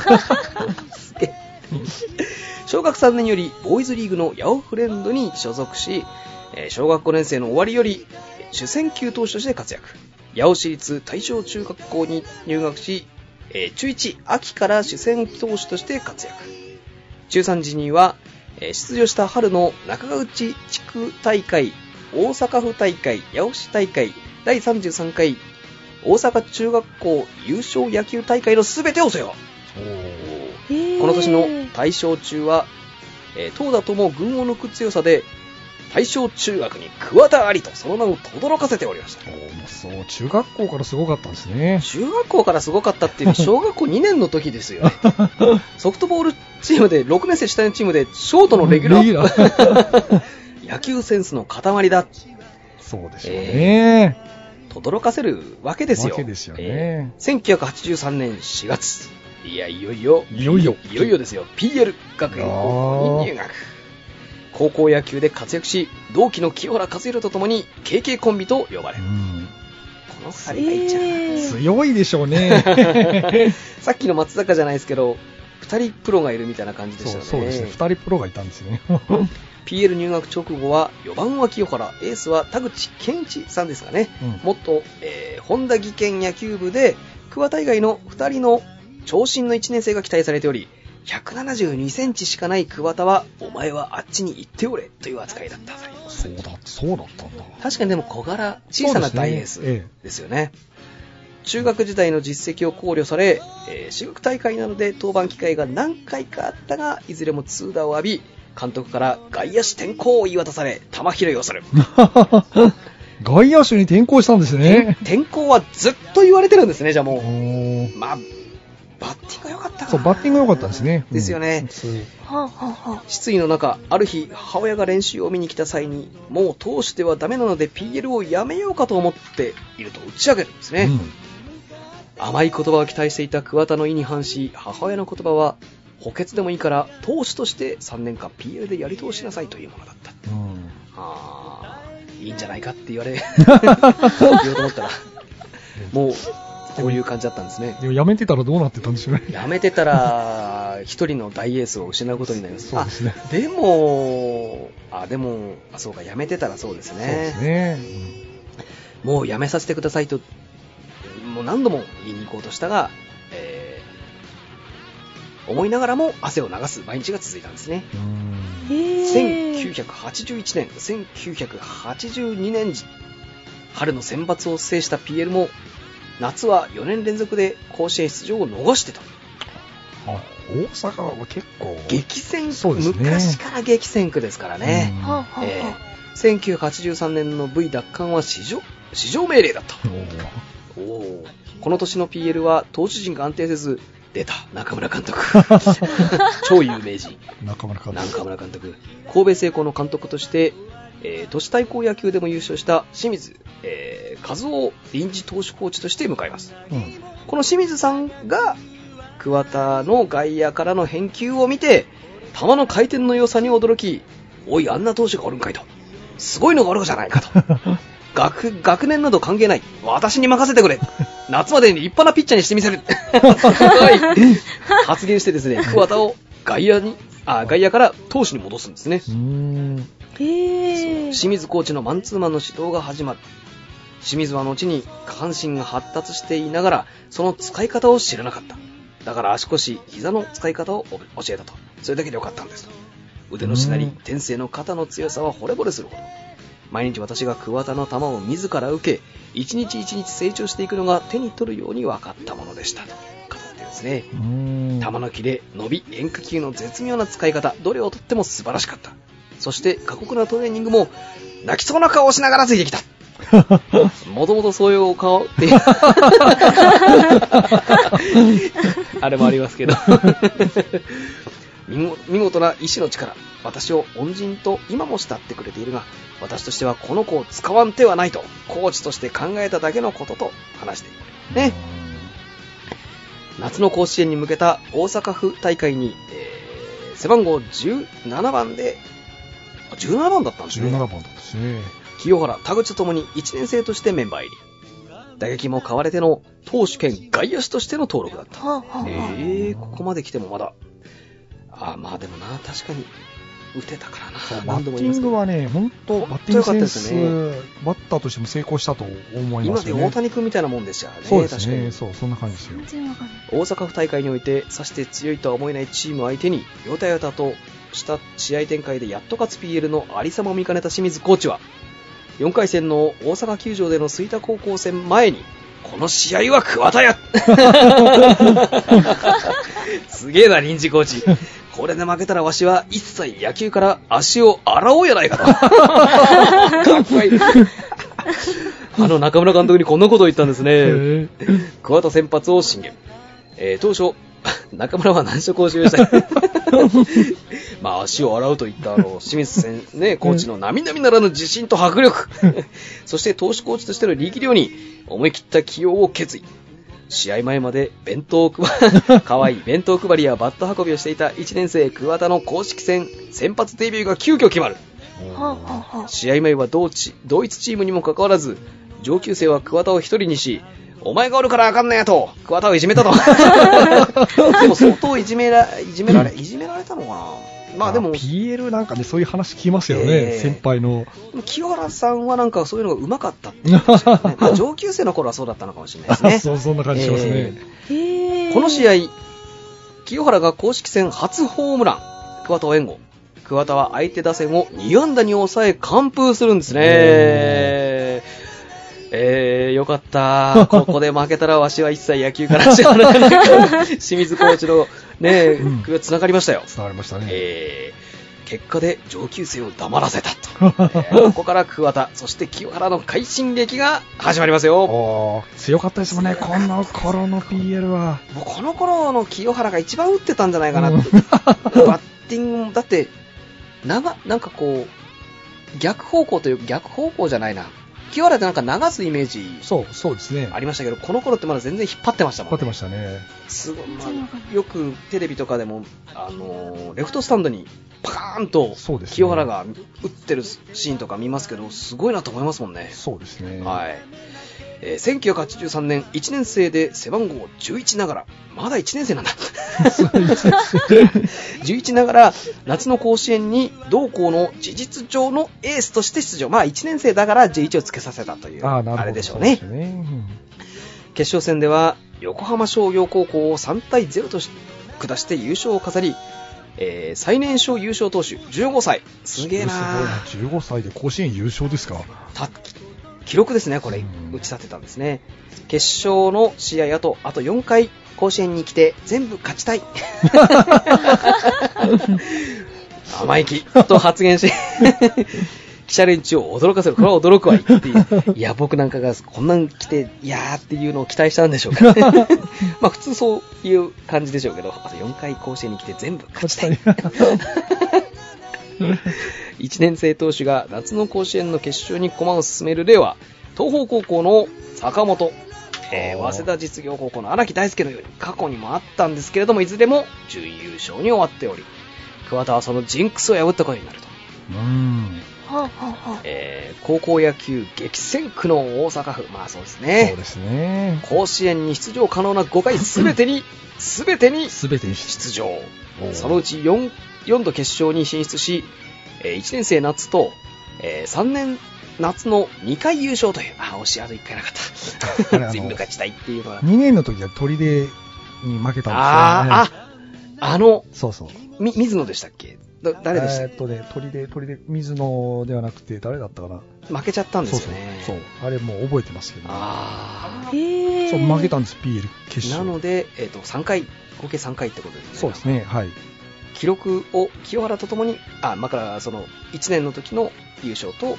小学3年よりボーイズリーグのヤオフレンドに所属し、小学5年生の終わりより主戦級投手として活躍。八尾市立大正中学校に入学し、中1秋から主戦投手として活躍。中3時には、出場した春の中川内地区大会、大阪府大会、八尾市大会、第33回大阪中学校優勝野球大会の全てを制覇。この年の大正中は、投打とも群を抜く強さで大正中学に桑田ありとその名を轟かせておりました。 そう、中学校からすごかったんですね。 中学校からすごかったっていう小学校2年の時ですよね。ソフトボールチームで6年生主体のチームでショートのレギュラー野球センスの塊だ。 そうでしょうね。 轟かせるわけですよ。1983年4月、いよいよですよ。PL 学園高校に入学。高校野球で活躍し、同期の清原和弘とともに KK コンビと呼ばれる。この2人がいっちゃう。 強いでしょうね。 さっきの松坂じゃないですけど、2人プロがいるみたいな感じでしたね。 そうですね。2人プロがいたんですよね。 PL 入学直後は4番は清原、エースは田口健一さんですかね。元、本田技研野球部で桑田以外の2人の長身の1年生が期待されており、 172センチしかない桑田は、お前はあっちに行っておれという扱いだった。 そうだったんだ。 確かにでも小柄、小さな大エースですよね。中学時代の実績を考慮され、私学大会などで登板機会が何回かあったが、いずれも痛打を浴び、監督から外野手転向を言い渡され、球拾いをする。 外野手に転向したんですね。 転向はずっと言われてるんですね、じゃあもう。まあ、バッティングが良かったかな。 そう、バッティングが良かったですね。 ですよね。失意の中、ある日、母親が練習を見に来た際に、もう投手ではダメなので PL をやめようかと思っていると打ち上げるんですね。甘い言葉を期待していた桑田の意に反し、母親の言葉は、補欠でもいいから投手として3年間 PL でやり通しなさいというものだった。いいんじゃないかって言われ言おうと思ったらもうこういう感じだったんですね。 でもやめてたらどうなってたんでしょうね。 やめてたら一人の大エースを失うことになります。 そうですね。 でもそうか、やめてたらそうですね。 そうですね。 もうやめさせてくださいともう何度も言いに行こうとしたが、思いながらも汗を流す毎日が続いたんですね。1981年、1982年春の選抜を制した PL も夏は4年連続で甲子園出場を逃してた。 大阪は結構激戦区、ね、昔から激戦区ですからね。1983年の V 奪還は史上命令だった。この年の PL は投手陣が安定せず、出た中村監督超有名人中村監督、神戸製鋼の監督として、都市対抗野球でも優勝した清水、和夫臨時投手コーチとして迎えます。この清水さんが桑田の外野からの返球を見て、球の回転の良さに驚き、おい、あんな投手がおるんかいと、すごいのがおるじゃないかと学年など関係ない、私に任せてくれ、夏までに立派なピッチャーにしてみせる発言してですね、桑田を外野から投手に戻すんですね。清水コーチのマンツーマンの指導が始まる。清水は後に下半身が発達していながらその使い方を知らなかった。だから足腰、膝の使い方を教えたと。それだけでよかったんです。腕のしなり、天性の肩の強さは惚れ惚れするほど。毎日私が桑田の球を自ら受け、一日一日成長していくのが手に取るように分かったものでしたと語ってですね。球のキレ、伸び、変化球の絶妙な使い方、どれをとっても素晴らしかった。そして過酷なトレーニングも泣きそうな顔をしながらついてきた。もともとそういうお顔っていうあれもありますけど見事な意志の力、私を恩人と今も慕ってくれているが、私としてはこの子を使わん手はないとコーチとして考えただけのことと話しているね。夏の甲子園に向けた大阪府大会に、背番号17番で17番だったんですね。 17番だったんですね。 清原、田口とともに1年生としてメンバー入り。打撃も買われての投手兼外野手としての登録だった。ここまで来てもまだ。まあでもな、確かに打てたからな。 バッティングはね、本当バッティングセンス、バッターとしても成功したと思いますね。 今で大谷君みたいなもんですよね。 そうですね。そんな感じですよ。 大阪府大会において、さして強いとは思えないチーム相手に、よたよたとした試合展開でやっと勝つ PL のありさまを見かねた清水コーチは、4回戦の大阪球場での吹田高校戦前に、この試合は桑田やすげえな、臨時コーチ。これで負けたらわしは一切野球から足を洗おうやないかと。かっこいい。中村監督にこんなことを言ったんですね。桑田先発を進言。当初、中村は難所講習した。まあ足を洗うといった清水コーチの並々ならぬ自信と迫力。そして投手コーチとしての力量に思い切った起用を決意。試合前まで可愛い弁当配りやバット運びをしていた1年生桑田の公式戦先発デビューが急遽決まる。試合前は同一チームにもかかわらず、上級生は桑田を一人にし、お前がおるからあかんねやと桑田をいじめたと。でも相当いじめられたのかな。まあでも PL なんかね、そういう話聞きますよね、先輩の。 清原さんはなんかそういうのがうまかったって言ってましたね。まあ上級生の頃はそうだったのかもしれないですね。 そんな感じしますね。 この試合、 清原が公式戦初ホームラン、桑田を援護。桑田は相手打線を2安打に抑え完封するんですね。よかった。ここで負けたらわしは一切野球から清水コーチのね、首が繋がりましたよ。 繋がりましたね。 結果で上級生を黙らせたと。ここから桑田、そして清原の快進撃が始まりますよ。 強かったですもんね、この頃の PL は。 もうこの頃の清原が一番打ってたんじゃないかなって。バッティングも、だって、なんかこう、逆方向じゃないな。清原ってなんか流すイメージそうですね。 ありましたけど、この頃ってまだ全然引っ張ってましたもんね。 引っ張ってましたね。 すごい、よくテレビとかでも、レフトスタンドにパカーンと清原が打ってるシーンとか見ますけど、すごいなと思いますもんね。 そうですね。 はい。1983年1年生で背番号11ながら、まだ1年生なんだ。11ながら夏の甲子園に同校の事実上のエースとして出場。まあ1年生だから11をつけさせたというあれでしょうね。決勝戦では横浜商業高校を3対0と下して優勝を飾り、最年少優勝投手15歳。すげえな。 すごいな。15歳で甲子園優勝ですか。 記録ですね、これ打ち立てたんですね。決勝の試合あと4回甲子園に来て全部勝ちたい生意気と発言し記者連中を驚かせる。これは驚くわいっていう。いや、僕なんかがこんなん来ていやーっていうのを期待したんでしょうかまあ普通そういう感じでしょうけど、あと4回甲子園に来て全部勝ちたい1年生投手が夏の甲子園の決勝に駒を進める例は東邦高校の坂本、早稲田実業高校の荒木大輔のように過去にもあったんですけれども、いずれも準優勝に終わっており、桑田はそのジンクスを破ったことになると。高校野球激戦区の大阪府、まあそうですね。 そうですね。 甲子園に出場可能な5回すべてに出場。そのうち4度決勝に進出し、1年生夏と、3年夏の2回優勝という、惜しい、あと1回なかった全部勝ちたいっていうのは。 2年の時は砦に負けたんですよね。そう水野でしたっけ？誰でしたっけ？ 砦水野ではなくて誰だったかな。 負けちゃったんですよね。 そうあれもう覚えてますけど、 そう負けたんです PL 決勝。 なので、3回合計3回ってことですね。 そうですね。はい。 記録を清原とともに、からその1年の時の優勝と、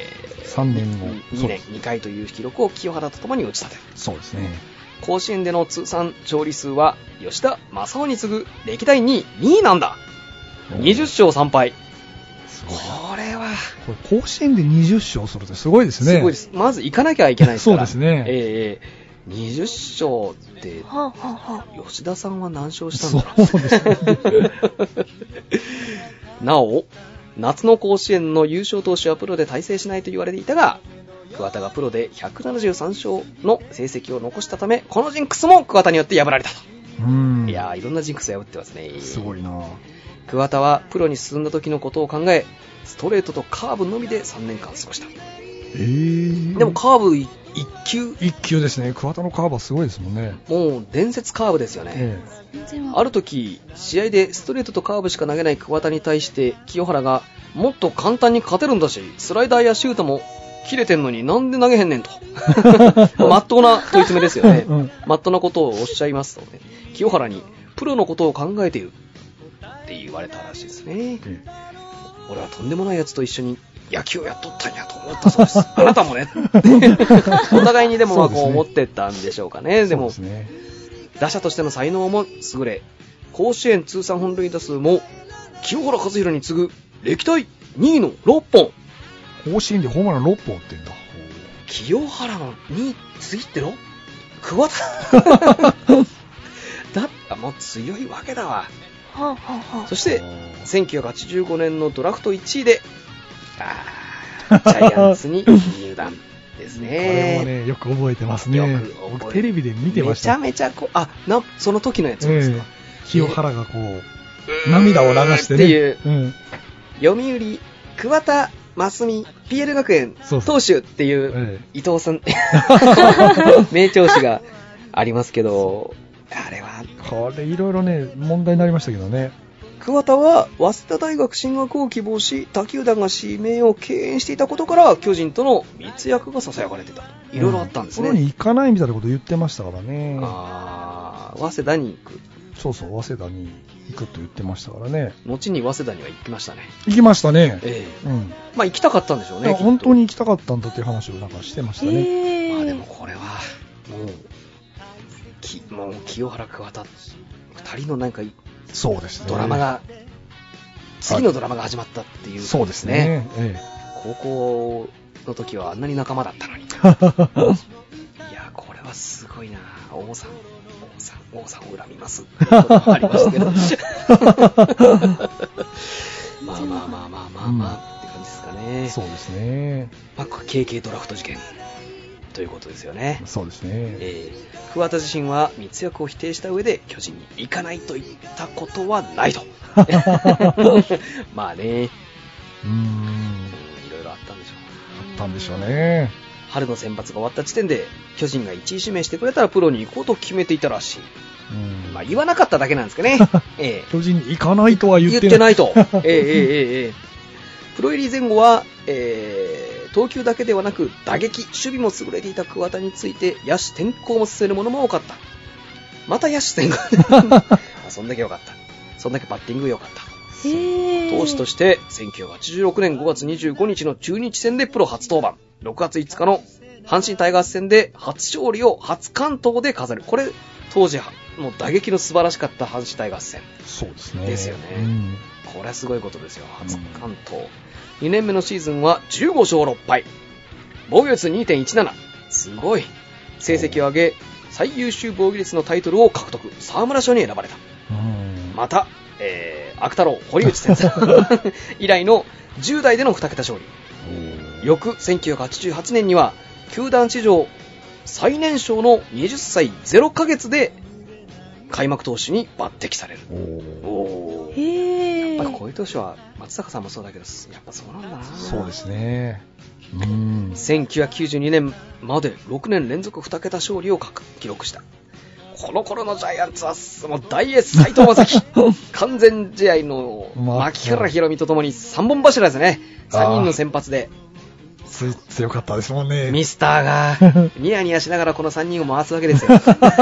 3年の 2年2回という記録を清原とともに打ち立てる。 そうですね。 甲子園での通算勝利数は吉田正夫に次ぐ歴代2位なんだ。20勝3敗。これは甲子園で20勝するってすごいですね。 すごいです。まず行かなきゃいけないですから。 そうですね。 20勝って、吉田さんは何勝したんだろう。 そうですね。 なお、夏の甲子園の優勝投手はプロで大成しないと言われていたが、桑田がプロで173勝の成績を残したため、このジンクスも桑田によって破られたと。いやー、いろんなジンクス破ってますね。 すごいな。 桑田はプロに進んだ時のことを考え、ストレートとカーブのみで3年間過ごした。でもカーブ1 球ですね。桑田のカーブはすごいですもんね。 もう伝説カーブですよね。ある時試合でストレートとカーブしか投げない桑田に対して清原がもっと簡単に勝てるんだし、スライダーやシュートも切れてんのになんで投げへんねんとまっとうな問い詰めですよね。まっとうなことをおっしゃいますとね、清原にプロのことを考えているって言われたらしいですね。俺はとんでもないやつと一緒に野球をやっとったんやと思ったそうです。あなたもねお互いにでもこう思ってたんでしょうかね。でも打者としての才能も優れ、甲子園通算本塁打数も清原和博に次ぐ歴代2位の6本。 甲子園でホームラン6本打ってんだ。 清原の2位次って6？桑田だったもう強いわけだわ。そして1985年のドラフト1位でジャイアンツに入団ですね。 これもね、よく覚えてますね。僕テレビで見てました。 めちゃめちゃその時のやつですか。 清原がこう涙を流してね。っていう、 読売桑田真澄 PL 学園投手っていう伊藤さん名調子がありますけど、あれはこれいろいろね、問題になりましたけどね。 桑田は早稲田大学進学を希望し、他球団が指名を敬遠していたことから巨人との密約が囁かれていたと。いろいろあったんですね。 プロに行かないみたいなこと言ってましたからね。 早稲田に行く。 そうそう、早稲田に行くと言ってましたからね。 後に早稲田には行きましたね。 行きましたね。 まあ行きたかったんでしょうね。 本当に行きたかったんだっていう話をなんかしてましたね。 まあでもこれはもう清原桑田2人のなんかそうですね。 ドラマが次のドラマが始まったっていう、 そうですね。 高校の時はあんなに仲間だったのに。いやこれはすごいな。王さんを恨みますってこともありましたけど。まあって感じですかね。 そうですね。 まあ KK ドラフト事件ということですよね。 そうですね。 桑田自身は密約を否定した上で巨人に行かないと言ったことはないと。まあね、いろいろあったんでしょう。 あったんでしょうね。 春の選抜が終わった時点で巨人が1位指名してくれたらプロに行こうと決めていたらしい。まあ言わなかっただけなんですけどね。 巨人に行かないとは言ってないと。プロ入り前後は、投球だけではなく打撃、守備も優れていた桑田について野手転向も進めるものも多かった。また野手転向。そんだけ良かった。そんだけバッティング良かった。投手として1986年5月25日の中日戦でプロ初登板、6月5日の阪神タイガース戦で初勝利を初完投で飾る。これ当時もう打撃の素晴らしかった阪神タイガース戦。 そうですね。 ですよね。これはすごいことですよ。初完投。2年目のシーズンは15勝6敗。防御率 2.17。すごい。成績を上げ、最優秀防御率のタイトルを獲得。沢村賞に選ばれた。また、芥太郎、堀内先生以来の10代での2桁勝利。翌1988年には、球団史上最年少の20歳0ヶ月で開幕投手に抜擢される。やっぱりこういう投手は松坂さんもそうだけど、やっぱそうなんだな。 そうですね。 1992年まで6年連続2桁勝利を記録した。この頃のジャイアンツはもう大エース斉藤正樹完全試合の牧原宏美とともに3本柱ですね。3人の先発で強かったですもんね。 ミスターがニヤニヤしながらこの3人を回すわけですよ。見たくな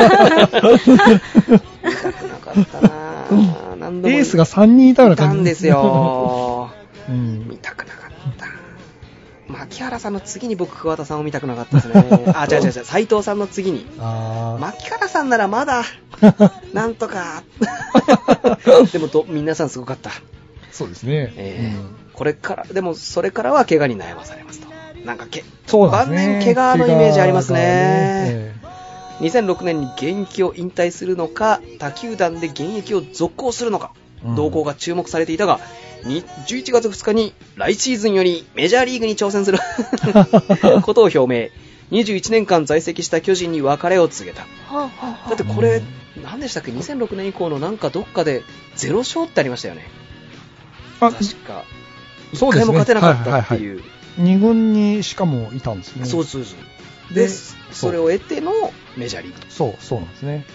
かったな。何度もエースが3人いたような感じなんですよ。見たくなかった。牧原さんの次に僕桑田さんを見たくなかったですね。違う斉藤さんの次に。牧原さんならまだなんとか。でも皆さんすごかった。 そうですね。 これからでもそれからは怪我に悩まされますと。なんか晩年怪我のイメージありますね。2006年に現役を引退するのか、他球団で現役を続行するのか、動向が注目されていたが、11月2日に来シーズンよりメジャーリーグに挑戦することを表明。21年間在籍した巨人に別れを告げた。だってこれ、何でしたっけ、2006年以降のなんかどっかで0勝ってありましたよね。確か。1回も勝てなかったっていう。 2軍にしかもいたんですね。 そう。で、それを得てのメジャーリーグ。 そうなんですね。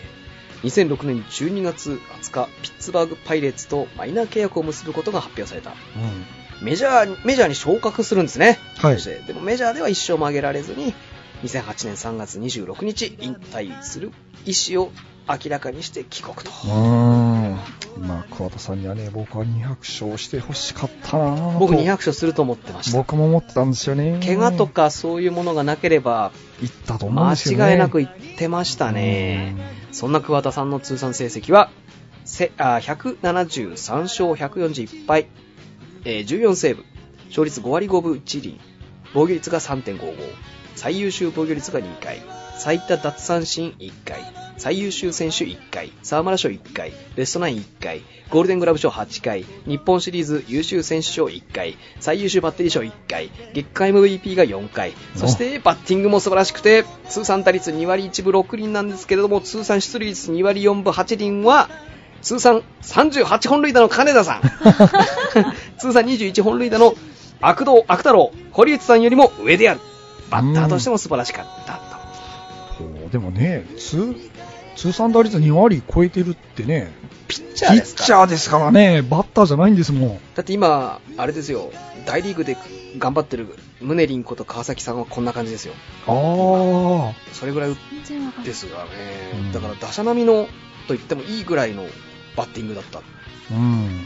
2006年12月20日、ピッツバーグパイレーツとマイナー契約を結ぶことが発表された。メジャーに昇格するんですね。でもメジャーでは1勝も挙げられずに、2008年3月26日、引退する意思を明らかにして帰国と。 桑田さんにはね、僕は200勝してほしかったな。 僕200勝すると思ってました。 僕も思ってたんですよね。 怪我とかそういうものがなければ、 いったと思うんですよね。 間違いなくいってましたね。そんな桑田さんの通算成績は、173勝141敗、14セーブ、勝率5割5分1厘、防御率が 3.55、最優秀防御率が2回、最多奪三振1回、最優秀選手1回、沢村賞1回、ベストナイン1回、ゴールデングラブ賞8回、日本シリーズ優秀選手賞1回、最優秀バッテリー賞1回、月間 MVP が4回、そしてバッティングも素晴らしくて、通算打率2割1分6厘なんですけれども、通算出塁率2割4分8厘は、通算38本塁打の金田さん、通算21本塁打の芥太郎、堀内さんよりも上である。バッターとしても素晴らしかったと。 でもね、 通算打率2割超えてるってね。 ピッチャーですか？ ピッチャーですからね。バッターじゃないんですもん。 だって今、あれですよ。大リーグで頑張ってるムネリンこと川崎さんはこんな感じですよ。 ああ。 それぐらいですがね。だから打者並みのと言ってもいいぐらいのバッティングだった。 うん。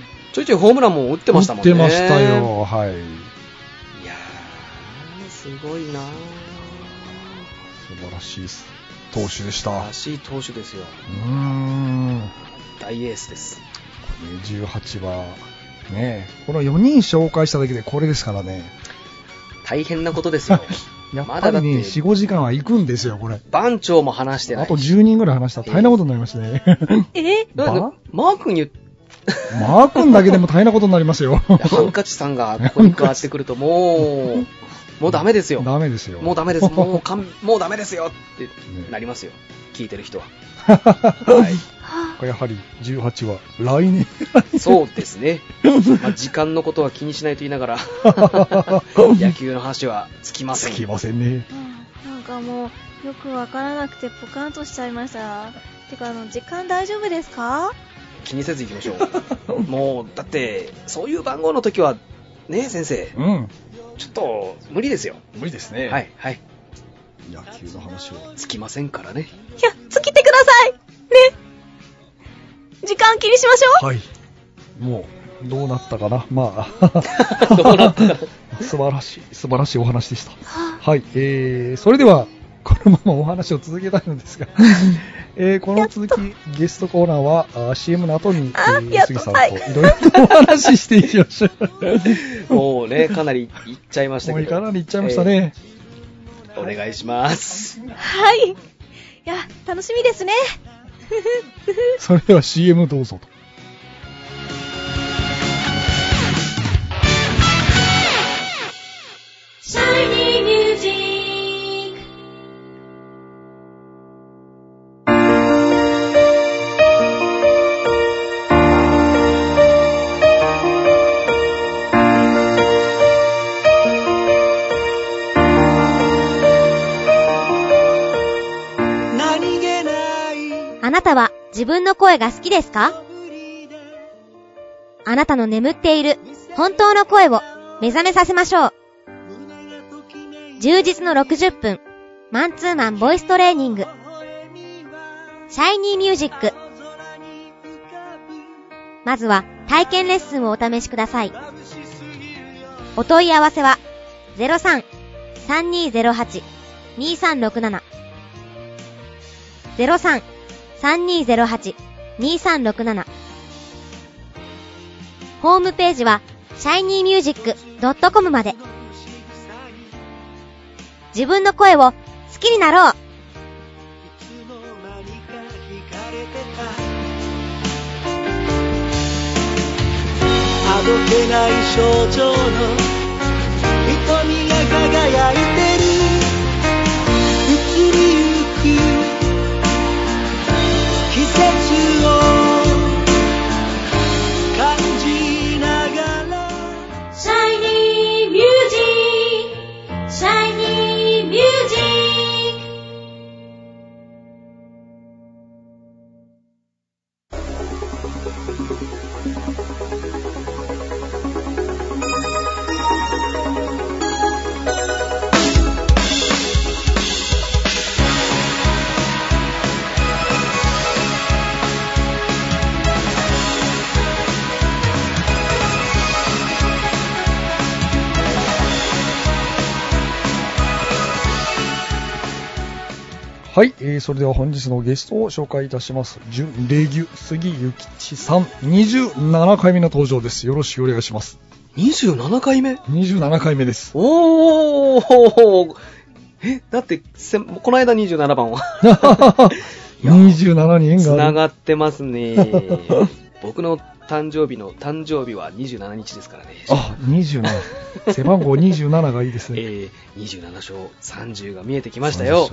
ちょいちょいホームランも打ってましたもんね。 打ってましたよ。はい。いやー、すごいなー。 素晴らしい投手でした。 素晴らしい投手ですよ。大エースです。 18はね、この4人紹介しただけでこれですからね。 大変なことですよ。 やっぱりね、4、5時間は行くんですよ、これ。 番長も話してない。 あと10人ぐらい話したら大変なことになりましたね。 マー君にマー君だけでも大変なことになりますよ。 ハンカチさんがここに加わってくるともうダメですよ。 ダメですよ。 もうダメです。もうダメですよってなりますよ。聞いてる人は。はい。 やはり18は来年。 そうですね。まあ、時間のことは気にしないと言いながら、野球の話はつきません。 つきませんね。 なんかもう、よくわからなくてポカンとしちゃいました。てか、時間大丈夫ですか？ 気にせず行きましょう。もう、だって、そういう番号の時は、ね、先生。 うん。 ちょっと、無理ですよ。 無理ですね。 はい、はい。 野球の話は。 つきませんからね。 いや、尽きてくださいね。時間気にしましょう。 はい。もう、どうなったかな。まあ。 どうなったかな。 素晴らしいお話でした。はい。それでは、このままお話を続けたいのですが、この続き、ゲストコーナーは、CM の後に、杉さんといろいろとお話ししていきましょう。もうね、かなりいっちゃいましたけど。 かなりいっちゃいましたね。 お願いします。 はい。いや、楽しみですね。 それでは CM どうぞと。 シャイニーミュージック。 あなたは自分の声が好きですか？あなたの眠っている本当の声を目覚めさせましょう。充実の60分マンツーマンボイストレーニング、シャイニーミュージック。まずは体験レッスンをお試しください。お問い合わせは 03-3208-2367 03-3208-2367。ホームページは shinymusic.com まで。自分の声を好きになろう。 あどけない症状の瞳が輝いてる。移りゆく季節を感じながら。 シャイニーミュージック、シャイニーミュージッはい、それでは本日のゲストを紹介いたします。準レギュ杉ゆきちさん、27回目の登場です。よろしくお願いします。 27回目 ?27 回目です。 おー、だって、この間27番は。 27に縁がある。 繋がってますね。僕の誕生日は27日ですからね。 あ、27。背番号27がいいですね。 27勝30が見えてきましたよ。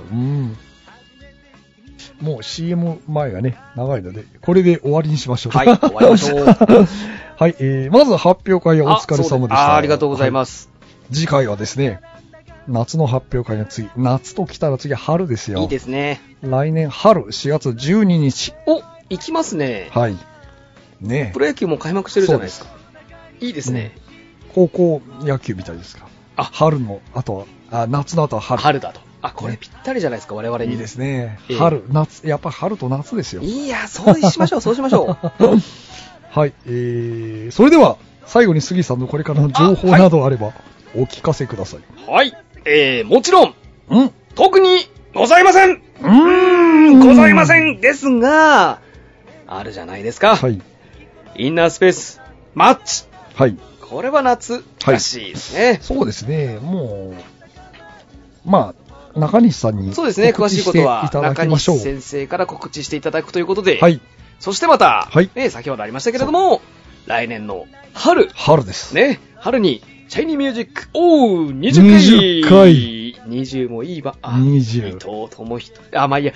もう CM 前がね、長いので、これで終わりにしましょう。 はい、終わりましょう。 はい、まず発表会はお疲れ様でした。 ありがとうございます。 はい、次回はですね、 夏の発表会の次、夏と来たら次は春ですよ。 いいですね。 来年春4月12日。 お、行きますね。 はい。ね。 プロ野球も開幕してるじゃないですか。いいですね。 高校野球みたいですか。春の後は、夏の後は春。 春だと。これぴったりじゃないですか、我々に。 いいですね。春、夏、やっぱ春と夏ですよ。 いや、そうしましょう、そうしましょう。 はい、それでは、最後に杉さんのこれからの情報などあれば、お聞かせください。 はい。もちろん、特にございません。ございません。ですが、あるじゃないですか。 はい。 インナースペース、マッチ。 はい。 これは夏らしいですね。 はい、そうですね。もう、まあ、中西さんにそうですね、詳しいことは中西先生から告知していただくということで、 はい。 そしてまた、 はい、 ね、先ほどありましたけれども、来年の春です。 ね、春に、シャイニーミュージック、20回。20もいい 20。 伊藤智人。まあいいや。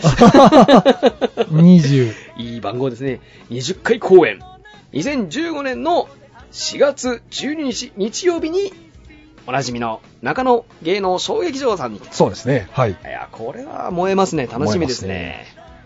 20。 いい番号ですね。20回公演。2015年の4月12日日曜日に、おなじみの中野芸能小劇場さんに。 そうですね。はい。いや、これは燃えますね。楽しみですね。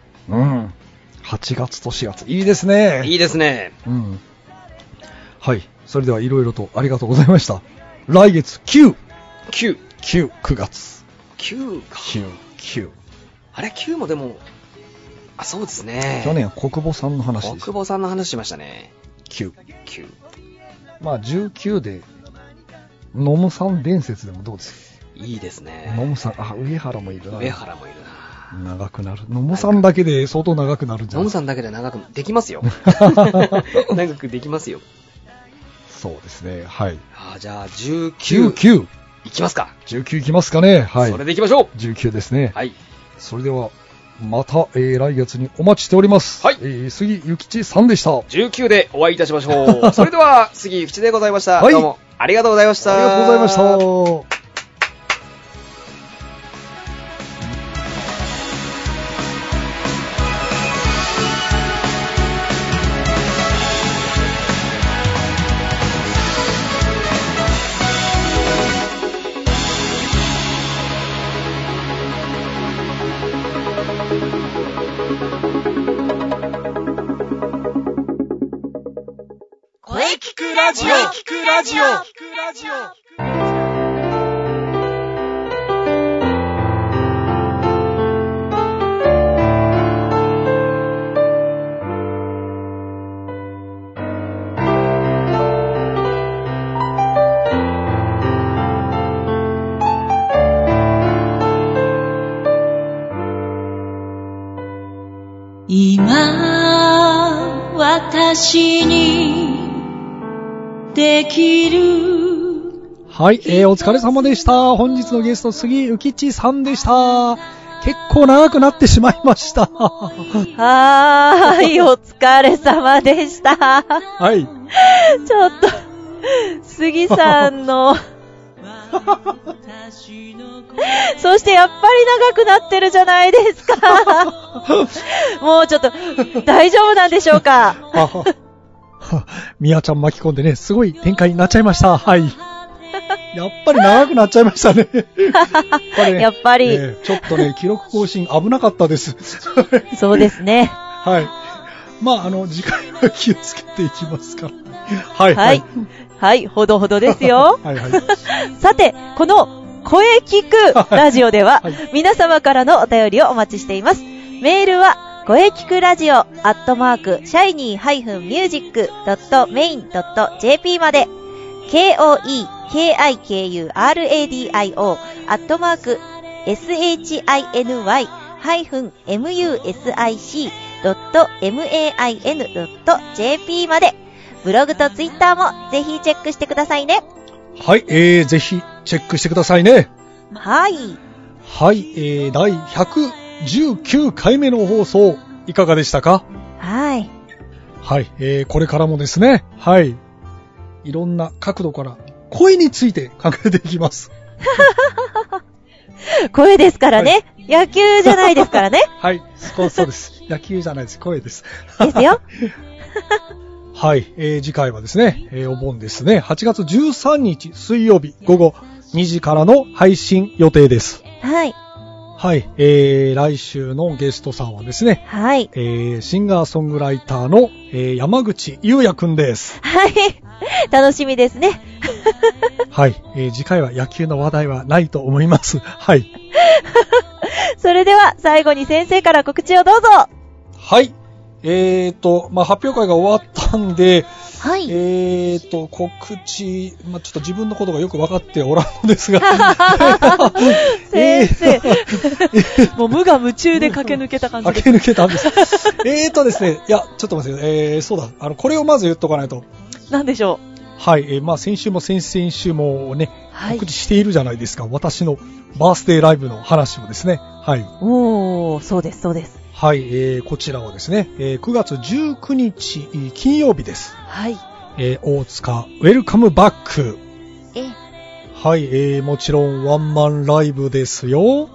8月と4月。いいですね。 いいですね。 はい。それではいろいろとありがとうございました。来月9月。9か。9。 あれ、9もでも、そうですね。 去年は国母さんの話です。 国母さんの話しましたね。 9。まあ、19で、ノムさん伝説でもどうですか？ いいですね。 ノムさん、上原もいるな。 上原もいるな。 長くなる。ノムさんだけで相当長くなるんじゃないですか。 ノムさんだけで長くできますよ。長くできますよ。 そうですね。はい。 じゃあ、19。いきますか。 19いきますかね。はい。 それでいきましょう。 19ですね。 はい。 それでは、また、来月にお待ちしております。 はい。 杉ゆきちさんでした。 19でお会いいたしましょう。それでは、杉ゆきちでございました。はい。どうもありがとうございました。 ありがとうございました。 ラジオ今私にできる。 はい、お疲れ様でした。本日のゲスト杉ゆきちさんでした。結構長くなってしまいました。 はーい、お疲れ様でした。 はい。 ちょっと杉さんのそしてやっぱり長くなってるじゃないですか。もうちょっと大丈夫なんでしょうか。 みやちゃん巻き込んでね、すごい展開になっちゃいました。はい。やっぱり長くなっちゃいましたね。ねやっぱり、 ちょっとね、記録更新危なかったです。 そうですね。 はい。まあ、次回は気をつけていきますから。はい。 はい。はい、ほどほどですよ。 はいはい。 さて、この声聞くラジオでは、皆様からのお便りをお待ちしています。メールは、声聞くラジオ@shiny-music.main.jp まで、shiny-music.main.jp まで、ブログとツイッターもぜひチェックしてくださいね。 はい、ぜひチェックしてくださいね。 はい。 はい、第119回目の放送、いかがでしたか？ はい。 はい、これからもですね、はい。いろんな角度から声について考えていきます。 声ですからね、はい。野球じゃないですからね。 はい、そうです。野球じゃないです。声です。 ですよ。 はい、次回はですね、お盆ですね、8月13日水曜日午後 2時からの配信予定です。 はい。 はい。来週のゲストさんはですね、 はい。 シンガーソングライターの、山口優也くんです。 はい。楽しみですね。 はい。次回は野球の話題はないと思います。はい。 それでは最後に先生から告知をどうぞ。 はい。発表会が終わったんで、 はい。 告知、ちょっと自分のことがよく分かっておらんのですが。 先生。もう無我夢中で駆け抜けた感じです。 駆け抜けたんです。ですね、いや、ちょっと待ってください。そうだ、これをまず言っとかないと。 なんでしょう。はい、先週も先々週もね、告知しているじゃないですか。私のバースデーライブの話をですね。はい。 おー、そうです、そうです。 はい、こちらはですね、9月19日金曜日です。 はい。 大塚ウェルカムバック。はい、もちろんワンマンライブですよ。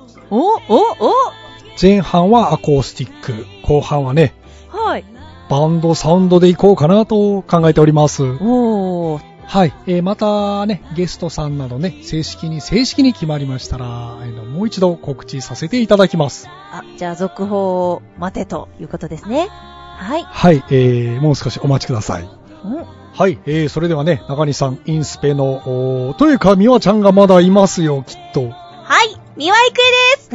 前半はアコースティック、後半はね、 はい。 バンドサウンドでいこうかなと考えております。 おー。 はい、またね、ゲストさんなどね、正式に決まりましたら、もう一度告知させていただきます。 じゃあ続報を待てということですね。はい。 はい、もう少しお待ちください。はい、それではね、中西さん、インスペの、というか、みわちゃんがまだいますよ、きっと。 はい、みわいくえです。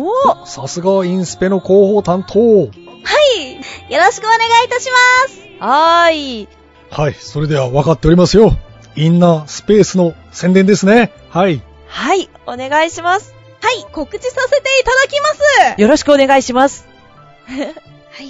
さすがインスペの広報担当。はい、 よろしくお願いいたします。 はい。 はい、それでは分かっておりますよ。インナースペースの宣伝ですね。はい。 はい、お願いします。 はい、告知させていただきます。 よろしくお願いします。 はい。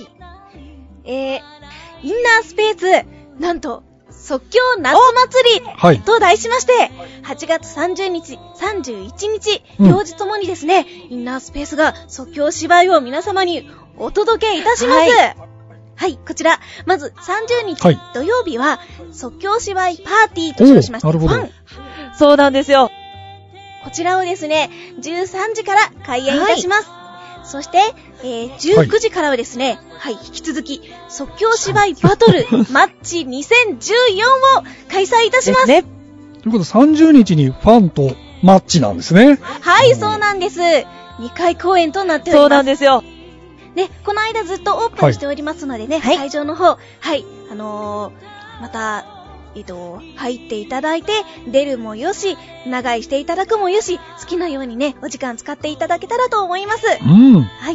インナースペース、なんと、即興夏祭りと題しまして、8月30日、31日、両日ともにですね、インナースペースが即興芝居を皆様にお届けいたします。はい、こちら、まず30日、土曜日は、即興芝居パーティーと称しまして、ファン。 そうなんですよ。 こちらをですね、13時から開演いたします。そして、19時からはですね、引き続き、即興芝居バトルマッチ2014を開催いたします。ですね。 ということで、30日にファンとマッチなんですね。 はい、そうなんです。2回公演となっております。 そうなんですよ。 ね、この間ずっとオープンしておりますのでね、会場の方、また、入っていただいて、出るもよし、長居していただくもよし、好きなようにね、お時間使っていただけたらと思います。はい。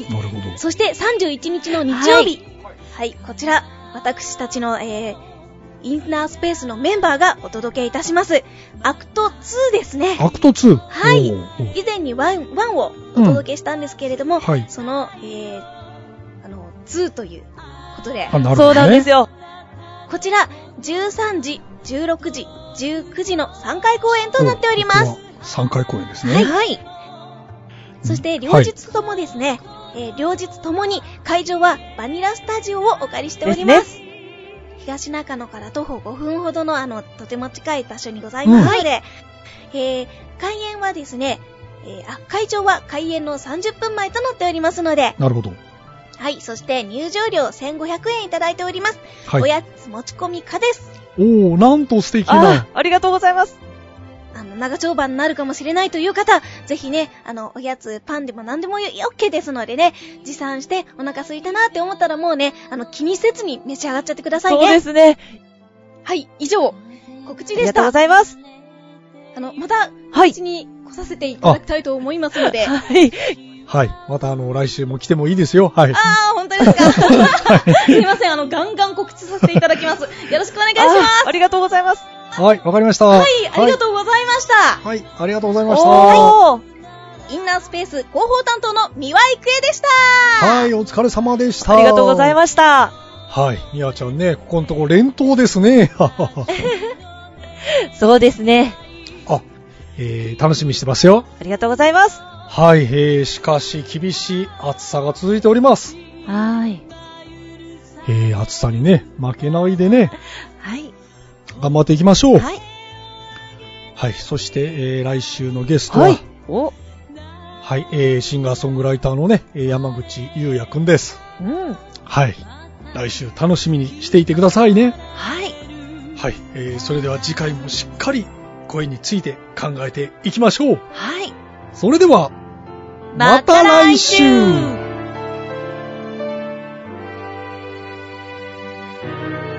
なるほど。 そして31日の日曜日。はい、こちら、私たちの、インナースペースのメンバーがお届けいたします。アクト2ですね。 アクト 2？ はい。以前に1をお届けしたんですけれども、その、2ということで。 そうなんですよ。 こちら、13時、16時、19時の3回公演となっております。 3回公演ですね。 はい。そして、両日ともですね、両日ともに会場はバニラスタジオをお借りしております。東中野から徒歩5分ほどのとても近い場所にございますので、開演はですね、会場は開演の30分前となっておりますので、 なるほど。 はい、そして入場料1500円いただいております。おやつ持ち込み可です。 なんと素敵な。 ありがとうございます。 長丁場になるかもしれないという方、ぜひね、おやつ、パンでも何でもOK ですのでね、持参してお腹空いたなって思ったらもうね、気にせずに召し上がっちゃってくださいね。 そうですね。 はい、以上、告知でした。 ありがとうございます。 また、告知に来させていただきたいと思いますので。 はい。また来週も来てもいいですよ。はい。 本当ですか。すいません、ガンガン告知させていただきます。よろしくお願いします。 ありがとうございます。 はい、わかりました。 はい、ありがとうございました。 はい、ありがとうございました。 インナースペース広報担当の三輪郁恵でした。 はい、お疲れ様でした。 ありがとうございました。 はい、みわちゃんね、ここのとこ連投ですね。 そうですね。 楽しみにしてますよ。 ありがとうございます。 はい、しかし厳しい暑さが続いております。 はい。 暑さにね、負けないでね。 はい。 頑張っていきましょう。 はい。 はい、そして、来週のゲストは、はい、シンガーソングライターのね、山口優也くんです。はい。来週楽しみにしていてくださいね。 はい。 はい、それでは次回もしっかり声について考えていきましょう。 はい。 それでは、また来週。